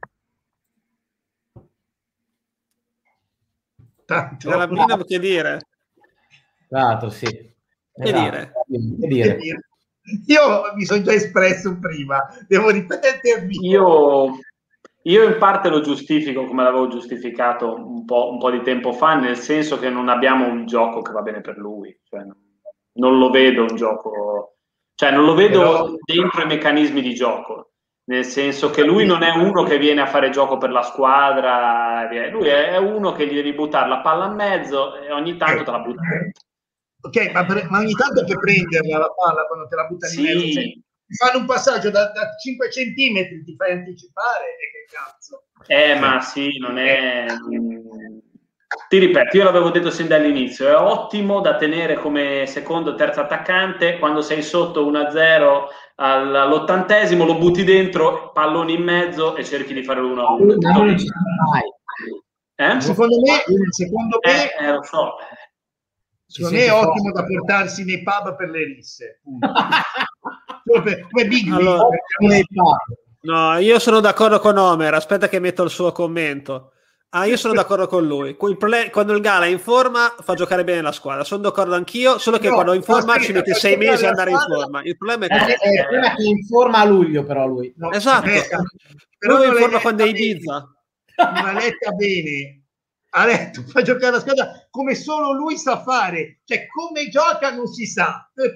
S3: Tanto.
S2: Galabinov, che dire?
S1: Esatto, sì.
S2: Che
S1: Esatto.
S2: dire?
S1: Che dire?
S3: Io mi sono già espresso prima, devo ripetermi.
S4: Io, io in parte lo giustifico come l'avevo giustificato un po', un po' di tempo fa, nel senso che non abbiamo un gioco che va bene per lui. Cioè, non lo vedo un gioco, cioè non lo vedo
S3: Però...
S4: dentro i meccanismi di gioco. Nel senso che lui non è uno che viene a fare gioco per la squadra, lui è uno che gli devi buttare la palla a mezzo e ogni tanto te la butta dentro.
S3: Ok, ma, per, ma ogni tanto per prenderla la palla quando te la buttano
S4: Sì.
S3: in mezzo, cioè, ti fanno un passaggio da, da cinque centimetri, ti fai anticipare e che cazzo.
S4: Eh, ma sì, non è... Ti ripeto, io l'avevo detto sin dall'inizio, è ottimo da tenere come secondo o terzo attaccante, quando sei sotto uno a zero all'ottantesimo lo butti dentro, palloni in mezzo e cerchi di fare l'uno a uno.
S3: Eh? Secondo me, secondo me,
S4: eh, eh, lo so.
S3: Secondo me è ottimo da portarsi nei pub per le risse. per, come Big
S2: allora,
S3: Big,
S2: no, io sono d'accordo con Omer, aspetta che metto il suo commento. Ah, io sono d'accordo con lui. Quando il Gala è in forma fa giocare bene la squadra. Sono d'accordo anch'io, solo che no, quando è in forma aspetta, ci mette sei mesi a andare in forma. Il problema è che,
S1: eh, eh, che è in forma a luglio, però lui.
S2: No, esatto. Eh, però lui è in forma quando è Ibiza.
S3: Non l'ha letta bene. Ha letto, fa giocare la squadra come solo lui sa fare. Cioè, come gioca non si sa. E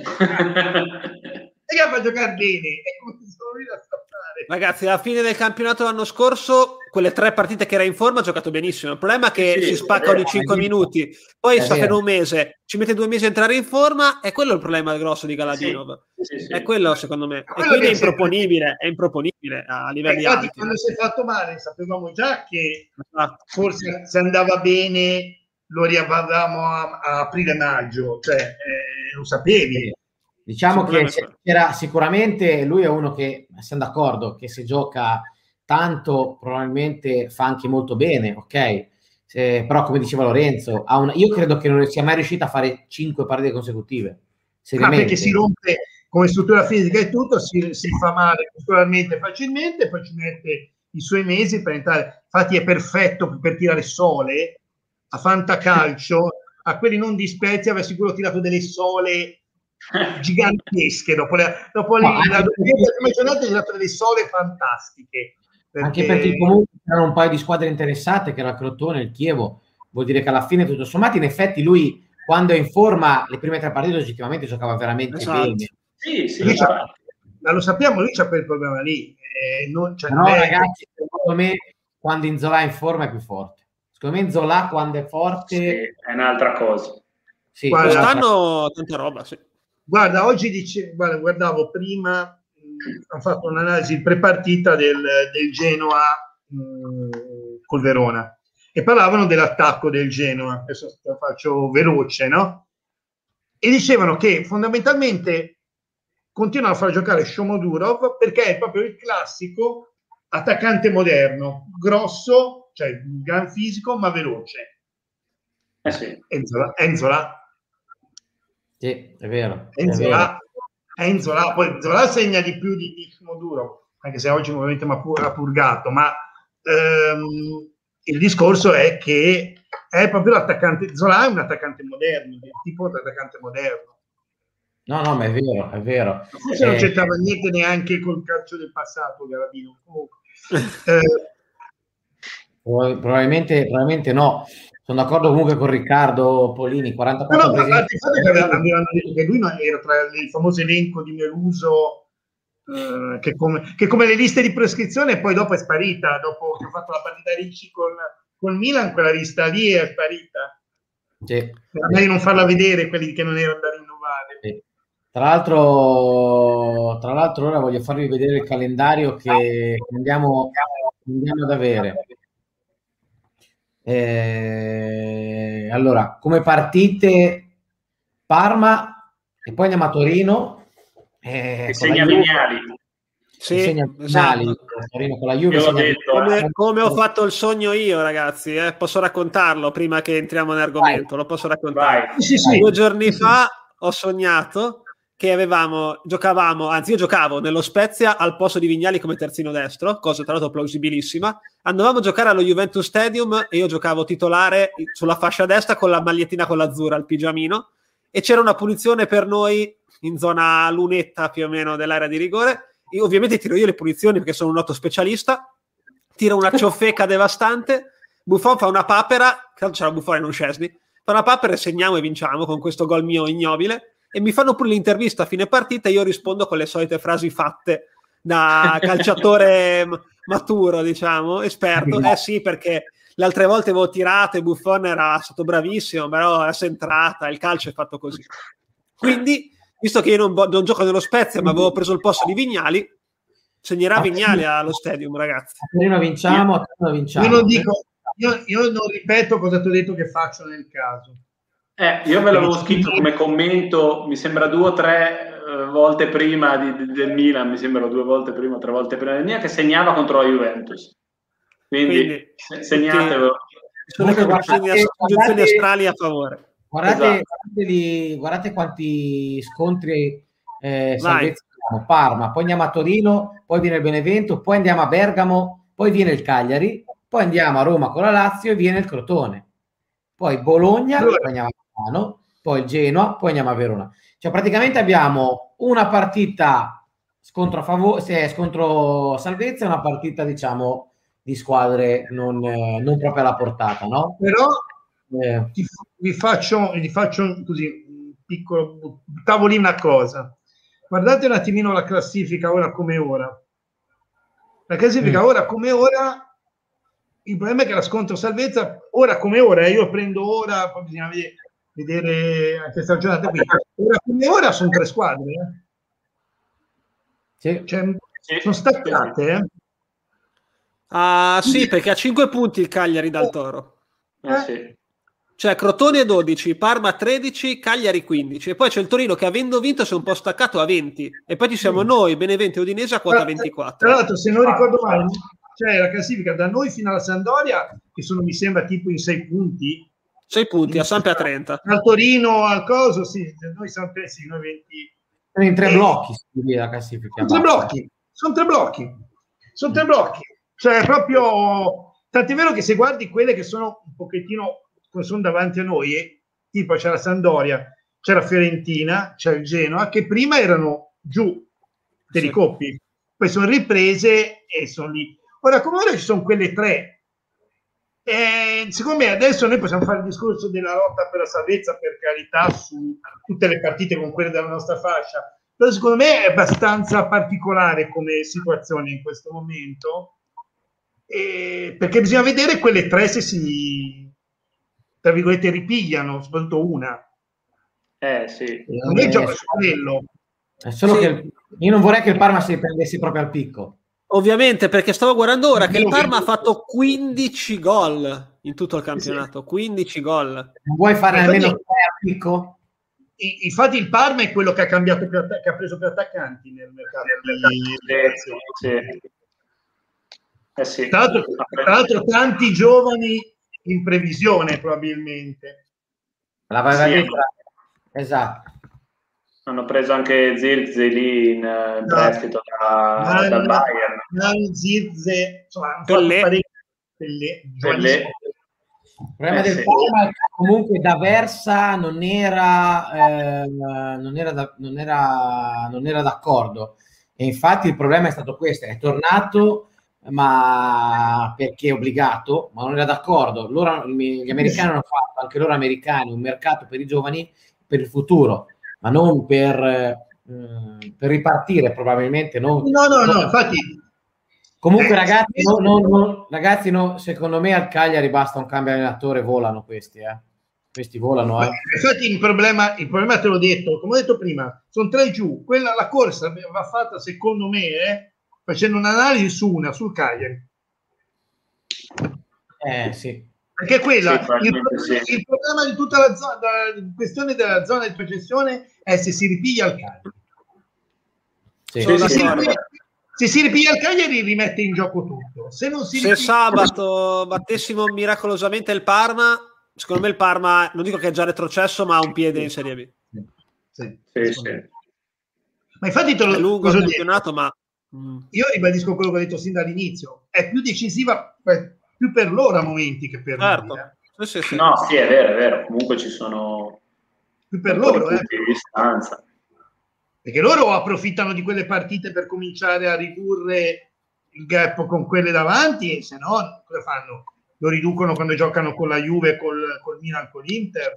S3: che fa giocare bene. È come solo lui la sa fare.
S2: Ragazzi, alla fine del campionato l'anno scorso, quelle tre partite che era in forma ha giocato benissimo. Il problema è che sì, si spacca ogni cinque minuti, poi sta per un mese, ci mette due mesi a entrare in forma, e quello è il problema grosso di Galadinov. Sì, sì, sì. È quello, secondo me. E quindi è improponibile, è improponibile a livelli alti.
S3: Quando si è fatto male sapevamo già che forse se andava bene lo riavavamo a, a aprile-maggio, cioè eh, lo sapevi.
S1: Diciamo che c'era sicuramente, lui è uno che, siamo d'accordo, che se gioca tanto probabilmente fa anche molto bene, ok? Eh, però come diceva Lorenzo, ha una, io credo che non sia mai riuscito a fare cinque partite consecutive.
S3: Ah, perché si rompe come struttura fisica e tutto, si, si fa male muscolarmente facilmente, poi ci mette i suoi mesi per entrare. Infatti è perfetto per tirare sole, a fantacalcio, a quelli non di Spezia avrei sicuro tirato delle sole gigantesche dopo, le, dopo no, le, la prima giornata ha tirato delle sole fantastiche.
S1: Perché... Anche perché comunque c'erano un paio di squadre interessate, che era il Crotone e il Chievo, vuol dire che alla fine tutto sommato in effetti lui quando è in forma le prime tre partite oggettivamente giocava veramente
S3: esatto.
S1: bene.
S3: Sì, sì, lui ma lo sappiamo, lui c'ha quel problema lì. Eh, non, cioè,
S1: no,
S3: è...
S1: ragazzi, secondo me quando Inzola è in forma è più forte. Secondo me Inzola quando è forte
S4: sì, è un'altra cosa.
S2: Sì, guarda, quest'anno tanta roba, sì.
S3: Guarda, oggi dice, guarda, guardavo prima, mh, ho fatto un'analisi prepartita del, del Genoa mh, col Verona e parlavano dell'attacco del Genoa. Adesso lo faccio veloce, no? E dicevano che fondamentalmente continuano a far giocare Shomodurov perché è proprio il classico attaccante moderno, grosso, cioè gran fisico, ma veloce.
S4: Eh sì.
S3: Enzola, Enzola.
S1: Sì, è vero.
S3: Enzola, Enzola, poi Enzola segna di più di, di Shomodurov, anche se oggi ovviamente mi ha purgato, ma ehm, il discorso è che è proprio l'attaccante. Zola è un attaccante moderno, il tipo di attaccante moderno.
S1: No, no, ma è vero, è vero.
S3: Forse eh, non c'entrava niente neanche col calcio del passato, Galadino. Eh,
S1: probabilmente, probabilmente no. Sono d'accordo comunque con Riccardo Polini, quarantaquattro
S3: no, no, ma avevano detto che lui era tra il famoso elenco di Meruso, eh, che, come, che come le liste di prescrizione poi dopo è sparita, dopo che ha fatto la partita Ricci con, con Milan, quella lista lì è sparita.
S1: Sì.
S3: A me di non farla vedere quelli che non erano da rinnovare.
S1: Sì. Tra l'altro, tra l'altro ora voglio farvi vedere il calendario che andiamo, andiamo ad avere. Eh, allora, come partite Parma e poi andiamo a Torino.
S4: Eh, segna Vignali.
S2: Sì,
S1: segna
S2: esatto.
S1: Torino con la Juve,
S4: Io l'ho
S1: segna
S4: detto,
S2: come,
S4: eh.
S2: come ho fatto il sogno io, ragazzi, eh? Posso raccontarlo prima che entriamo nell'argomento? Lo posso raccontare?
S4: Vai.
S3: Sì, sì.
S2: Due giorni
S3: Sì, sì.
S2: fa ho sognato che avevamo, giocavamo, anzi io giocavo nello Spezia al posto di Vignali come terzino destro, cosa tra l'altro plausibilissima. Andavamo a giocare allo Juventus Stadium e io giocavo titolare sulla fascia destra con la magliettina con l'azzurra, il pigiamino, e c'era una punizione per noi in zona lunetta più o meno dell'area di rigore. Io ovviamente tiro io le punizioni perché sono un noto specialista, tiro una ciofeca devastante, Buffon fa una papera, tanto c'era Buffon e non Szczesny, fa una papera e segniamo e vinciamo con questo gol mio ignobile, e mi fanno pure l'intervista a fine partita e io rispondo con le solite frasi fatte da calciatore maturo, diciamo, esperto. Eh sì, perché le altre volte avevo tirato e Buffon era stato bravissimo, però era centrata, il calcio è fatto così. Quindi, visto che io non, non gioco nello Spezia, ma avevo preso il posto di Vignali, segnerà Vignali allo Stadium, ragazzi.
S1: A Torino vinciamo, a Torino vinciamo.
S3: Io non dico, io, io non ripeto cosa ti ho detto che faccio nel caso.
S4: Eh, io ve l'avevo scritto come commento, mi sembra due o tre uh, volte prima di, di, del Milan, mi sembra due volte prima, tre volte prima del Milan, che segnava contro la Juventus. Quindi, Quindi segnatelo.
S2: Sono le congiunzioni astrali a favore.
S1: Guardate,
S4: Esatto.
S1: guardate, guardate quanti scontri eh, salvezza abbiamo. Parma, poi andiamo a Torino, poi viene il Benevento, poi andiamo a Bergamo, poi viene il Cagliari, poi andiamo a Roma con la Lazio e viene il Crotone. Poi Bologna,
S3: Allora.
S1: poi andiamo a Milano, poi il Genoa, poi andiamo a Verona. Cioè praticamente abbiamo una partita scontro a favore, se è scontro salvezza, e una partita diciamo di squadre non, eh, non proprio alla portata, no?
S3: Però
S1: Eh.
S3: ti, vi faccio, vi faccio così un piccolo, buttavo lì una cosa. Guardate un attimino la classifica ora come ora. La classifica mm. ora come ora, il problema è che la scontro salvezza, ora come ora, io prendo ora, poi bisogna vedere, vedere anche questa giornata qui, ora come ora sono tre squadre. Eh?
S1: Sì.
S3: Cioè, sono staccate, eh?
S2: Ah sì, perché ha cinque punti il Cagliari dal Toro.
S4: Eh, sì.
S2: Cioè Crotone dodici, Parma tredici, Cagliari quindici, e poi c'è il Torino che avendo vinto si è un po' staccato a venti, e poi ci siamo noi, Benevento e Udinese a quota ventiquattro.
S3: Tra l'altro, se non ricordo male, c'è la classifica da noi fino alla Sampdoria, che sono mi sembra tipo in sei punti.
S2: sei punti, a Samp a trenta.
S3: Al Torino, al coso, sì, noi siamo presi noi venti.
S1: Sono in tre
S3: e...
S1: blocchi, la classifica.
S3: Sono tre blocchi, sono tre blocchi, sono tre blocchi. Cioè proprio, tant'è vero che se guardi quelle che sono un pochettino, sono davanti a noi, eh, tipo c'è la Sampdoria, c'è la Fiorentina, c'è il Genoa, che prima erano giù per
S2: sì.
S3: i coppi, poi sono riprese e sono lì. Ora, come ora ci sono quelle tre. E secondo me adesso noi possiamo fare il discorso della lotta per la salvezza, per carità, su tutte le partite con quelle della nostra fascia, però secondo me è abbastanza particolare come situazione in questo momento, e perché bisogna vedere quelle tre se si, tra virgolette, ripigliano, soprattutto una.
S4: Eh sì.
S3: Non è gioco su quello.
S1: È solo
S2: sì.
S1: che io non vorrei che il Parma si prendesse proprio al picco.
S2: Ovviamente, perché stavo guardando ora che il Parma ha fatto quindici gol in tutto il campionato, quindici gol.
S1: Non vuoi fare
S3: infatti,
S1: almeno tre a picco?
S3: Infatti il Parma è quello che ha cambiato più att- che ha preso più attaccanti nel mercato.
S4: Sì, sì. Eh sì.
S3: Tra l'altro, tra l'altro tanti giovani in previsione probabilmente.
S1: La vai
S4: Sì,
S1: a esatto.
S4: Hanno preso anche Zirze lì in uh, prestito da,
S3: Man,
S4: dal Bayern.
S3: Man, Zirze, insomma, hanno
S2: Pellè.
S3: fatto parecchio. Pellè,
S4: Pellè.
S1: Il problema
S4: Eh,
S1: del
S4: sì.
S1: Parma è che comunque da Versa non era, eh, non era, da, non era, non era d'accordo, e infatti il problema è stato questo: è tornato ma perché è obbligato, ma non era d'accordo. Loro, gli americani hanno fatto, anche loro americani, un mercato per i giovani per il futuro, ma non per, eh, per ripartire probabilmente. Non,
S3: No, no, no,
S1: non,
S3: infatti.
S1: Comunque,
S3: eh,
S1: ragazzi, no, no, no, ragazzi no, secondo me al Cagliari basta un cambio allenatore, volano questi, eh. Questi volano, eh.
S3: Infatti il problema, il problema te l'ho detto, come ho detto prima, sono tre giù. Quella, la corsa va fatta, secondo me, eh, facendo un'analisi su una, sul Cagliari.
S1: Eh, sì.
S3: Perché quella,
S4: Sì,
S3: il,
S4: sì.
S3: il problema di tutta la zona, la questione della zona di processione è se si ripiglia il Cagliari.
S1: Sì.
S2: Sono
S3: Se si
S2: d'accordo.
S3: ripiglia, se si ripiglia il Cagliari rimette in gioco tutto. Se, non si
S2: se
S3: ripiglia...
S2: sabato battessimo miracolosamente il Parma, secondo me il Parma, non dico che è già retrocesso, ma ha un piede in Serie B.
S3: Sì,
S4: sì, sì.
S3: Ma infatti te lo,
S2: è lungo il campionato, ma
S3: io ribadisco quello che ho detto sin dall'inizio, è più decisiva per, più per loro a momenti che per
S2: certo.
S3: noi. Eh.
S2: Sì, sì, sì.
S4: No, sì, è vero, è vero. Comunque ci sono
S3: più per loro, eh.
S4: di distanza.
S3: Perché loro approfittano di quelle partite per cominciare a ridurre il gap con quelle davanti, e se no cosa fanno? Lo riducono quando giocano con la Juve, col, col Milan, con l'Inter.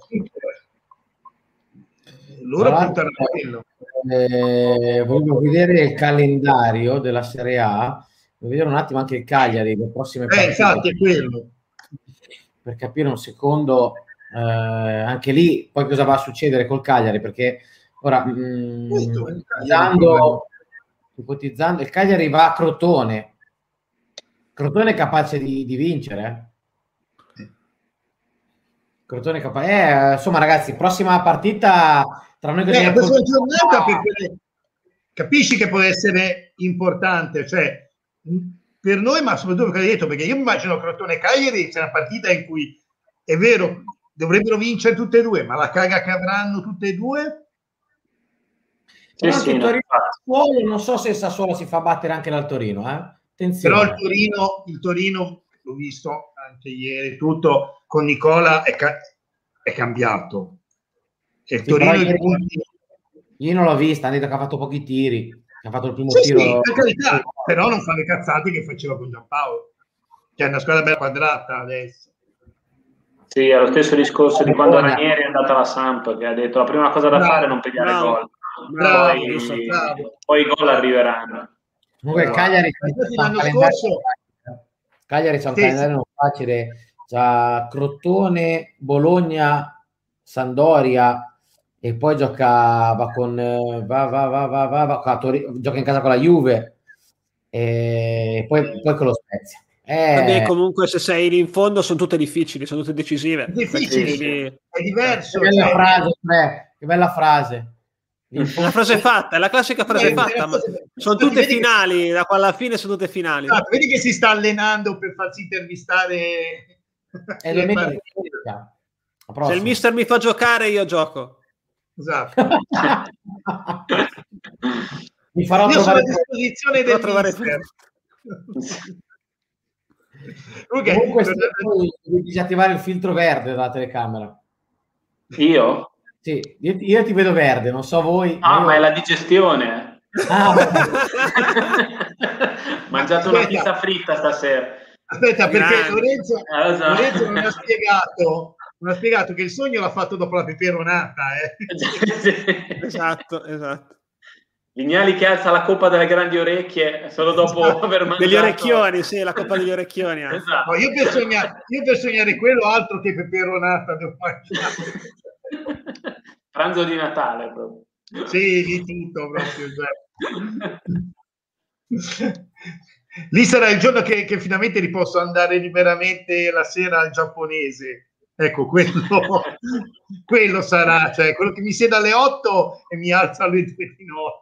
S3: Loro puntano a quello.
S1: Eh, voglio vedere il calendario della Serie A, voglio vedere un attimo anche il Cagliari, le prossime partite.
S3: Eh, infatti è quello.
S1: Per capire un secondo, eh, anche lì, poi cosa va a succedere col Cagliari, perché ora, mh, ipotizzando, ipotizzando, il Cagliari va a Crotone. Crotone è capace di, di vincere, eh? Crotone è capace. Eh, insomma, ragazzi, prossima partita tra noi che
S3: eh, questa giornata, perché capisci che può essere importante, cioè per noi, ma soprattutto perché hai detto, perché io mi immagino Crotone e Cagliari c'è una partita in cui è vero, dovrebbero vincere tutte e due, ma la caga che avranno tutte e due.
S1: Sì, sì, no, Torino, non so se il Sassuolo si fa battere anche dal Torino, eh? Attenzione.
S3: Però il Torino, il Torino, l'ho visto anche ieri, tutto con Nicola è, ca- è cambiato. E il
S1: sì,
S3: Torino
S1: io,
S3: punti...
S1: io non l'ho vista, ha detto che ha fatto pochi tiri, che ha fatto il primo
S3: sì,
S1: tiro.
S3: Sì, per carità, però non fa le cazzate che faceva con Giampaolo, che è una squadra bella quadrata adesso.
S4: Sì, è lo stesso discorso di quando Ranieri è andato alla Samp, che ha detto la prima cosa da bravo, fare è non pigliare
S2: bravo,
S4: gol.
S3: Bravo,
S4: poi,
S3: bravo.
S4: poi i gol arriveranno.
S1: Comunque il Cagliari
S3: l'anno scorso
S1: Cagliari c'è un sì, calendario non facile, c'ha Crotone, Bologna, Sampdoria e poi gioca va con va va va va va, va a Tor- gioca in casa con la Juve e poi, poi con lo Spezia.
S2: Eh, Vabbè, comunque se sei lì in fondo sono tutte difficili, sono tutte decisive.
S3: Difficili, devi... è diverso.
S1: Che bella
S3: cioè...
S1: frase, Tre, che bella frase.
S2: La frase è fatta, è la classica frase
S3: eh,
S2: fatta, ma sono tutte finali, che... da qua alla fine sono tutte finali.
S3: Ah, vedi che si sta allenando per farsi intervistare.
S1: È le
S2: Se il mister mi fa giocare, io gioco.
S3: Esatto.
S1: Mi farò
S3: io
S1: trovare
S3: sono a disposizione del
S2: trovare
S3: mister.
S1: Okay. Comunque devi disattivare il filtro verde della telecamera.
S4: Io?
S1: Sì, io, io ti vedo verde, non so voi.
S4: Ah,
S1: ma, io...
S4: ma è la digestione.
S1: Ah,
S4: mangiato una pizza fritta stasera.
S3: Aspetta, perché
S2: Grande.
S3: Lorenzo,
S4: Ah, esatto.
S3: Lorenzo non ha spiegato, non ha spiegato che il sogno l'ha fatto dopo la peperonata. Eh.
S2: Esatto, esatto.
S4: Vignali che alza la coppa delle grandi orecchie solo dopo esatto. aver mangiato.
S2: Degli orecchioni, sì, la coppa degli orecchioni. Eh.
S3: Esatto. No, io, per sognare, io per sognare quello altro che peperonata devo
S4: Pranzo di Natale proprio.
S3: Sì, di tutto proprio. Cioè. Lì sarà il giorno che, che finalmente li posso andare liberamente la sera al giapponese. Ecco, quello, quello sarà, cioè quello che mi siede alle otto e mi alza alle due di notte.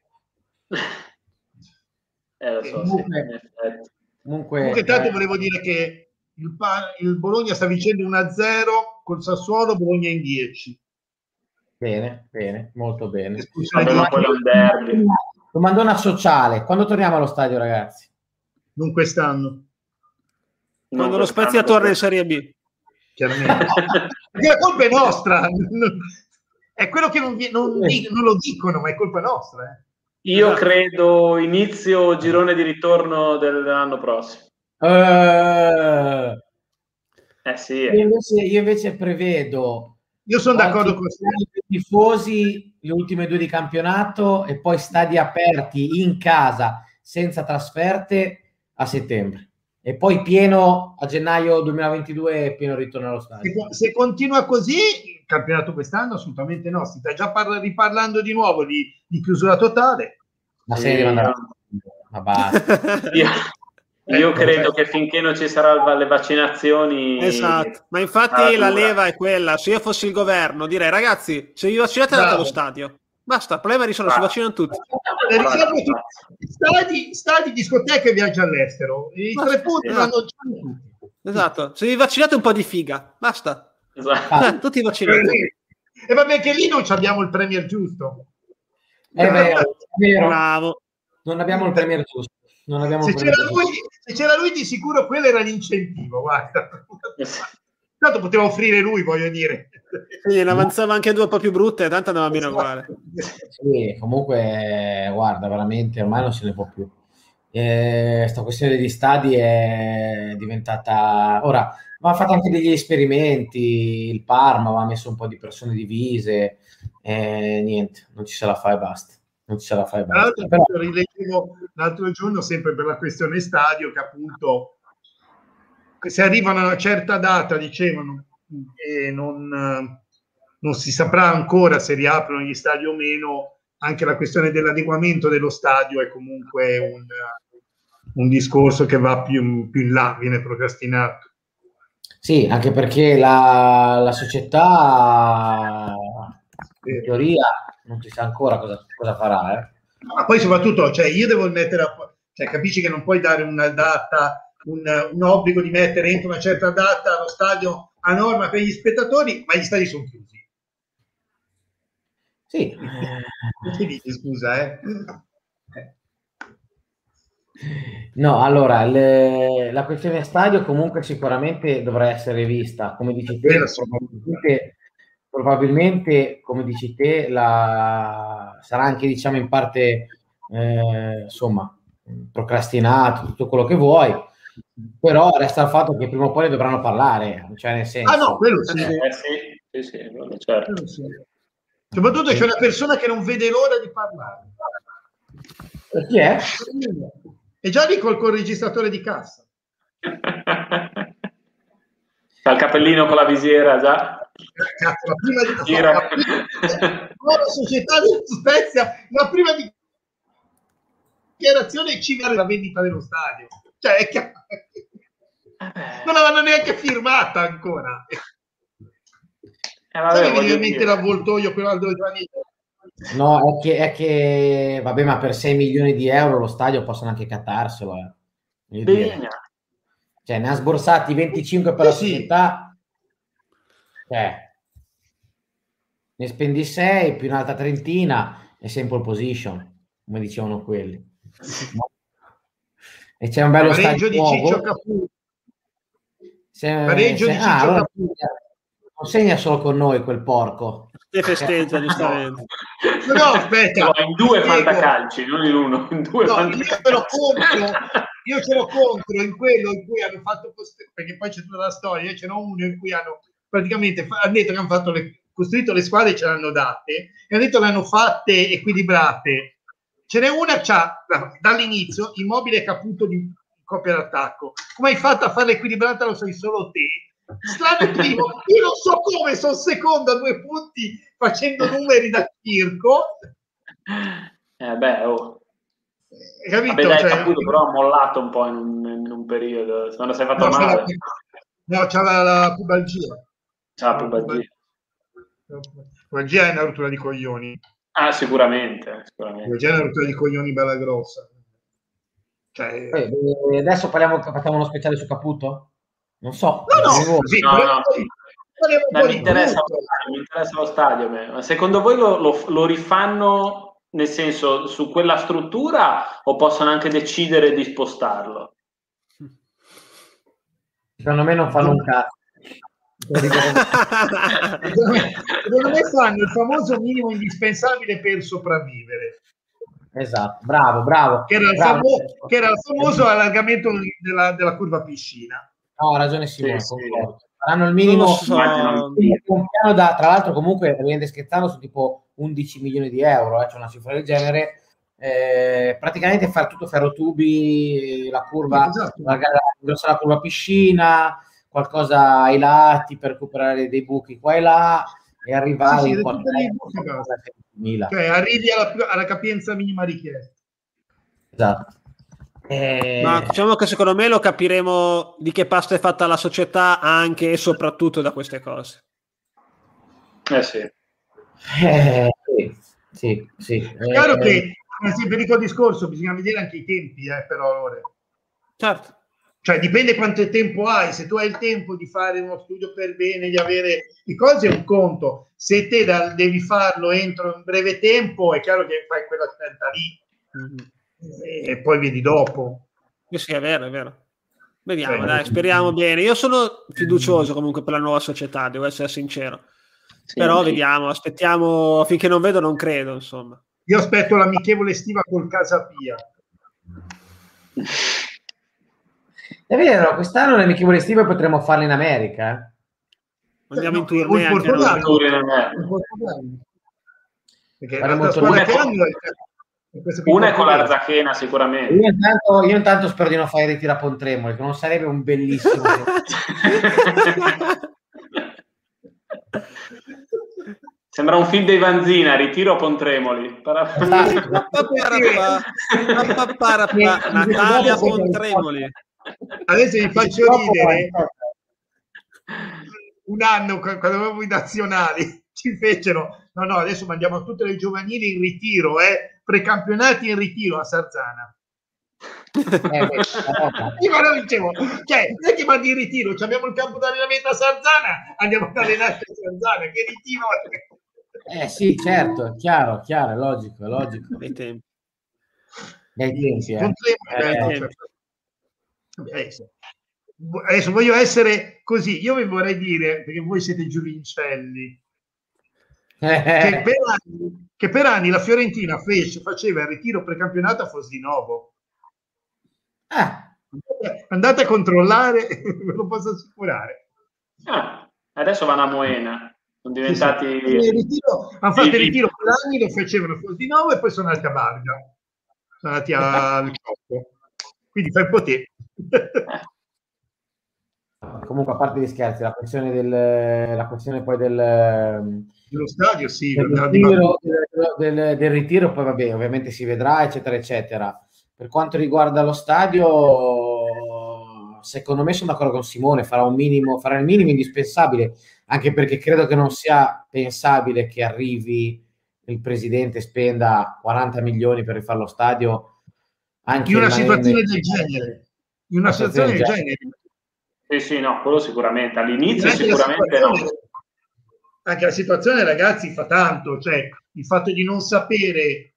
S4: Eh, lo so,
S1: comunque,
S4: sì,
S1: comunque,
S3: comunque tanto
S1: eh,
S3: volevo dire che il, il Bologna sta vincendo uno a zero col Sassuolo, Bologna in dieci.
S1: Bene, bene, molto bene.
S3: Domandona
S1: sociale, quando torniamo allo stadio, ragazzi?
S3: Non quest'anno.
S2: Quando non lo Spezia torna in Serie B.
S3: Chiaramente. Perché la colpa è nostra. È quello che non, non, non lo dicono, ma è colpa nostra. Eh.
S4: Io credo inizio girone di ritorno dell'anno prossimo.
S1: Uh,
S4: eh sì.
S1: Io invece, io invece prevedo.
S3: Io sono d'accordo con
S1: i tifosi le ultime due di campionato e poi stadi aperti in casa senza trasferte a settembre e poi pieno a gennaio duemilaventidue, pieno ritorno allo stadio.
S3: Se, se continua così il campionato quest'anno assolutamente no, si sta già parla, riparlando di nuovo di, di chiusura totale.
S1: Ma se deve andare ma basta.
S4: io, io credo che finché non ci saranno le vaccinazioni,
S2: esatto, ma infatti la leva è quella. Se io fossi il governo direi ragazzi, se vi vaccinate andate allo stadio, Basta, il problema è risolto, si vaccinano tutti.
S3: Stadi, stadi, discoteche e viaggi all'estero. I
S2: Basta,
S3: tre punti
S2: sì,
S3: vanno
S2: esatto.
S3: tutti.
S2: Esatto, se vi vaccinate un po' di figa, basta.
S4: Esatto.
S2: Eh, tutti vaccinati.
S3: E vabbè che lì non abbiamo il premier giusto.
S1: È vero, è vero.
S2: Bravo.
S1: Non abbiamo il premier giusto. Non abbiamo
S3: Se
S1: il premier
S3: c'era, lui, se c'era lui di sicuro quello era l'incentivo, guarda. Tanto poteva offrire lui, voglio dire.
S2: Quindi ne avanzava anche due un po' più brutte, tanto andava bene uguale.
S1: Sì, comunque, guarda, veramente ormai non se ne può più. Questa questione degli stadi è diventata... Ora, ma ha fatto anche degli esperimenti, il Parma aveva messo un po' di persone divise, e niente, non ci se la fa e basta. Non ci se la fa e basta.
S3: L'altro, Però... rileggevo l'altro giorno, sempre per la questione stadio, che appunto se arrivano a una certa data, dicevano, e non, non si saprà ancora se riaprono gli stadi o meno, anche la questione dell'adeguamento dello stadio è comunque un, un discorso che va più, più in là, viene procrastinato.
S1: Sì, anche perché la, la società in teoria non si sa ancora cosa, cosa farà. Eh.
S3: Ma poi soprattutto, cioè, io devo mettere, a, cioè, capisci che non puoi dare una data, un, un obbligo di mettere entro una certa data lo stadio a norma per gli spettatori, ma gli stadi sono chiusi.
S1: Sì.
S3: Che dici, scusa, eh?
S1: No, allora, le, la questione stadio comunque sicuramente dovrà essere vista, come dici te, probabilmente, probabilmente come dici te, la, sarà anche, diciamo, in parte, eh, insomma, procrastinato, tutto quello che vuoi, però resta il fatto che prima o poi ne dovranno parlare, cioè nel senso...
S3: Ah no, quello sì.
S4: Eh, sì, sì, sì, certo.
S3: Quello sì. Soprattutto c'è una persona che non vede l'ora di parlare.
S1: E chi è?
S3: È già lì col, col registratore di cassa.
S4: C'ha il cappellino con la visiera già.
S3: Cazzo, la prima di Gira. La, prima, la società di Spezia, la prima dichiarazione civile la vendita dello stadio. Cioè, è che... non l'avevano neanche firmata ancora.
S4: Eh, vabbè,
S3: sai che mi mette l'avvoltoio quello dove Giovanni...
S1: No, è che, è che vabbè, ma per sei milioni di euro lo stadio possono anche cattarselo, eh.
S4: Bene.
S1: Cioè, ne ha sborsati venticinque per la società, cioè, ne spendi sei più un'altra trentina e sei in pole position, come dicevano quelli. E c'è un bello
S3: pareggio
S1: stadio
S3: di
S1: nuovo.
S3: Ciccio Caputo.
S1: Se,
S3: pareggio
S1: se,
S3: di
S1: ah,
S3: Ciccio
S1: allora,
S3: Caputo.
S1: non segna solo con noi quel porco.
S2: E festeggia, giustamente.
S3: No, no, aspetta.
S4: No, in due fantacalci, non in uno. In due
S3: no, io ce l'ho contro, io ce l'ho contro in quello in cui hanno fatto, perché poi c'è tutta la storia, io ce n'ho uno in cui hanno praticamente hanno detto che hanno fatto le, costruito le squadre e ce l'hanno date, e hanno detto che le hanno fatte equilibrate. Ce n'è una, c'ha dall'inizio Immobile Caputo di coppia d'attacco. Come hai fatto a farla equilibrata lo sai solo te. Strano primo, io non so come sono secondo a due punti facendo numeri da circo.
S4: Eh beh, oh.
S3: Hai capito?
S4: Vabbè, dai,
S3: cioè,
S4: Caputo però ha mollato un po' in un, in un periodo, se non si è fatto
S3: no,
S4: male.
S3: La, no, c'era la pubalgia.
S4: C'ha la pubalgia.
S3: La pubalgia è una rottura di coglioni.
S4: Ah, sicuramente, sicuramente.
S3: La pubalgia è una rottura di coglioni bella grossa. Cioè,
S1: eh, adesso parliamo, facciamo uno speciale su Caputo? Non so.
S3: No, no, sì,
S4: no, no.
S3: no.
S4: Mi interessa, mi interessa lo stadio. Ma secondo voi lo, lo, lo rifanno, nel senso, su quella struttura, o possono anche decidere di spostarlo?
S1: Secondo me non fanno un cazzo.
S3: secondo, me, secondo me fanno il famoso minimo indispensabile per sopravvivere.
S1: Esatto, bravo, bravo.
S3: Che era il,
S1: bravo.
S3: Famo- che era il famoso allargamento della, della curva piscina.
S1: No, ha ragione Simone,
S4: sì,
S1: concordo. Faranno il minimo,
S2: so.
S1: un piano da, tra l'altro comunque, ridendo scherzando, su tipo undici milioni di euro, eh, c'è una cifra del genere, eh, praticamente fare tutto ferrotubi, la curva,
S3: esatto.
S1: la, la, la curva piscina, qualcosa ai lati per recuperare dei buchi qua e là, e arrivare
S3: sì, sì,
S1: in qualche
S3: modo, cioè arrivi alla, alla capienza minima richiesta.
S1: Esatto. Eh...
S2: Ma diciamo che secondo me lo capiremo di che pasta è fatta la società anche e soprattutto da queste cose.
S4: Eh sì.
S1: Eh, sì. Sì, sì.
S3: È chiaro eh, che, come sempre dico il discorso, bisogna vedere anche i tempi, eh, però.
S2: Certo.
S3: Cioè, dipende quanto tempo hai. Se tu hai il tempo di fare uno studio per bene, di avere le cose, è un conto. Se te da, devi farlo entro un breve tempo, è chiaro che fai quella scelta lì mm-hmm. e, e poi vedi dopo.
S2: Sì, è vero, è vero. Vediamo, eh, dai, speriamo bene. Io sono fiducioso comunque per la nuova società, devo essere sincero. Sì, però sì. Vediamo, aspettiamo, finché non vedo non credo, insomma.
S3: Io aspetto l'amichevole estiva col Casapia.
S1: È vero, quest'anno l'amichevole estiva potremmo farla in America.
S2: Andiamo no, in tournée anche in
S4: Portogallo. Perché la squadra che hanno una è con la Zachena sicuramente.
S1: Io intanto, io intanto spero di non fare il ritiro a Pontremoli, che non sarebbe un bellissimo
S4: sembra un film dei Vanzina, ritiro a Pontremoli.
S2: Natalia Pontremoli.
S3: Adesso vi faccio ridere. Un anno quando avevamo i nazionali ci fecero no no adesso mandiamo tutte le giovanili in ritiro, eh precampionati in ritiro a Sarzana. Eh, io non dicevo, cioè non è che mandi in ritiro, cioè, abbiamo il campo d'allenamento a Sarzana, andiamo ad allenarci a Sarzana, che ritiro
S1: è? Eh sì, certo, è chiaro, chiaro, è logico, è logico.
S2: Dei tempi.
S1: Dei tempi, eh.
S3: Eh, eh, adesso, adesso voglio essere così, io vi vorrei dire, perché voi siete giovincelli, che per, anni, che per anni la Fiorentina fece, faceva il ritiro precampionato a Fosdinovo.
S1: Ah.
S3: Andate a controllare, ve lo posso assicurare.
S4: Ah, adesso vanno a Moena, sono diventati...
S3: Sì, sì. Il ritiro, hanno fatto il ritiro per anni, lo facevano a Fosdinovo e poi sono andati a Barga, sono andati al Coppo. Quindi fai un po' te.
S1: Comunque, a parte gli scherzi, la questione del la questione poi del
S3: dello stadio, sì,
S1: del ritiro, del, del, del ritiro, poi vabbè, ovviamente si vedrà, eccetera, eccetera. Per quanto riguarda lo stadio, secondo me sono d'accordo con Simone, farà un minimo, farà il minimo indispensabile, anche perché credo che non sia pensabile che arrivi il presidente e spenda quaranta milioni per rifare lo stadio anche
S3: in una situazione del genere. In una situazione del genere.
S4: Sì, sì, no, quello sicuramente. All'inizio sicuramente no.
S3: Anche la situazione, ragazzi, fa tanto. Cioè, il fatto di non sapere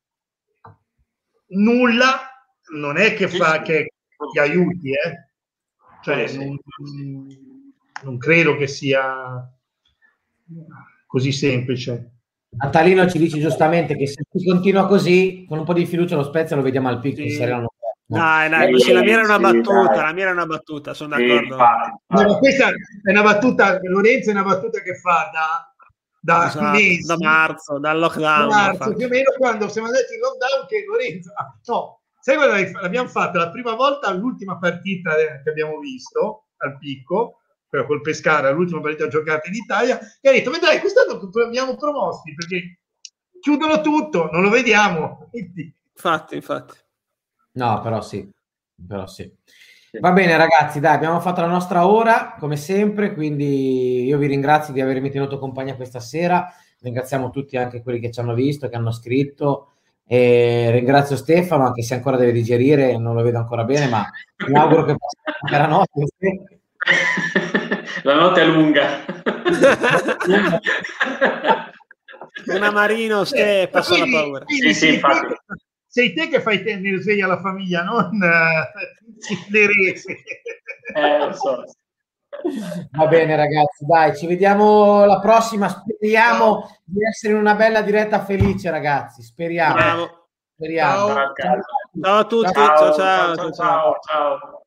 S3: nulla non è che fa sì, che ti aiuti, eh. Cioè, sì. non, non credo che sia così semplice.
S1: Natalino ci dice giustamente che se si continua così, con un po' di fiducia lo Spezia lo vediamo al picco. Sì.
S2: No. Dai, dai, sì, la mia era una battuta, sì, la mia era una battuta, sono d'accordo.
S3: Sì, no, questa è una battuta, Lorenzo è una battuta che fa da, da
S2: esatto,
S3: mesi,
S2: da marzo, dal lockdown.
S3: Da marzo, più o meno quando siamo andati in lockdown che Lorenzo, no, sai quando l'abbiamo fatta la prima volta, l'ultima partita che abbiamo visto al picco, col Pescara, l'ultima partita giocata in Italia, e ha detto, vedrai, quest'anno abbiamo promossi, perché chiudono tutto, non lo vediamo.
S2: Infatti, infatti.
S1: No, però sì, però sì. Va bene ragazzi, dai, abbiamo fatto la nostra ora, come sempre, quindi io vi ringrazio di avermi tenuto compagnia questa sera, ringraziamo tutti anche quelli che ci hanno visto, che hanno scritto, e ringrazio Stefano, anche se ancora deve digerire, non lo vedo ancora bene, ma mi auguro che passi anche la notte.
S4: La notte è lunga.
S2: Una Marino, Ste, passa la paura.
S4: Sì, sì, infatti.
S3: Sei te che fai tenere sveglia la famiglia, non uh, le rese.
S4: Eh, lo so.
S1: Va bene ragazzi, dai, ci vediamo la prossima, speriamo no. di essere in una bella diretta felice ragazzi, speriamo.
S2: Bravo.
S1: Speriamo.
S2: Ciao, ciao. Ciao a tutti, ciao ciao ciao. ciao, ciao.
S4: ciao.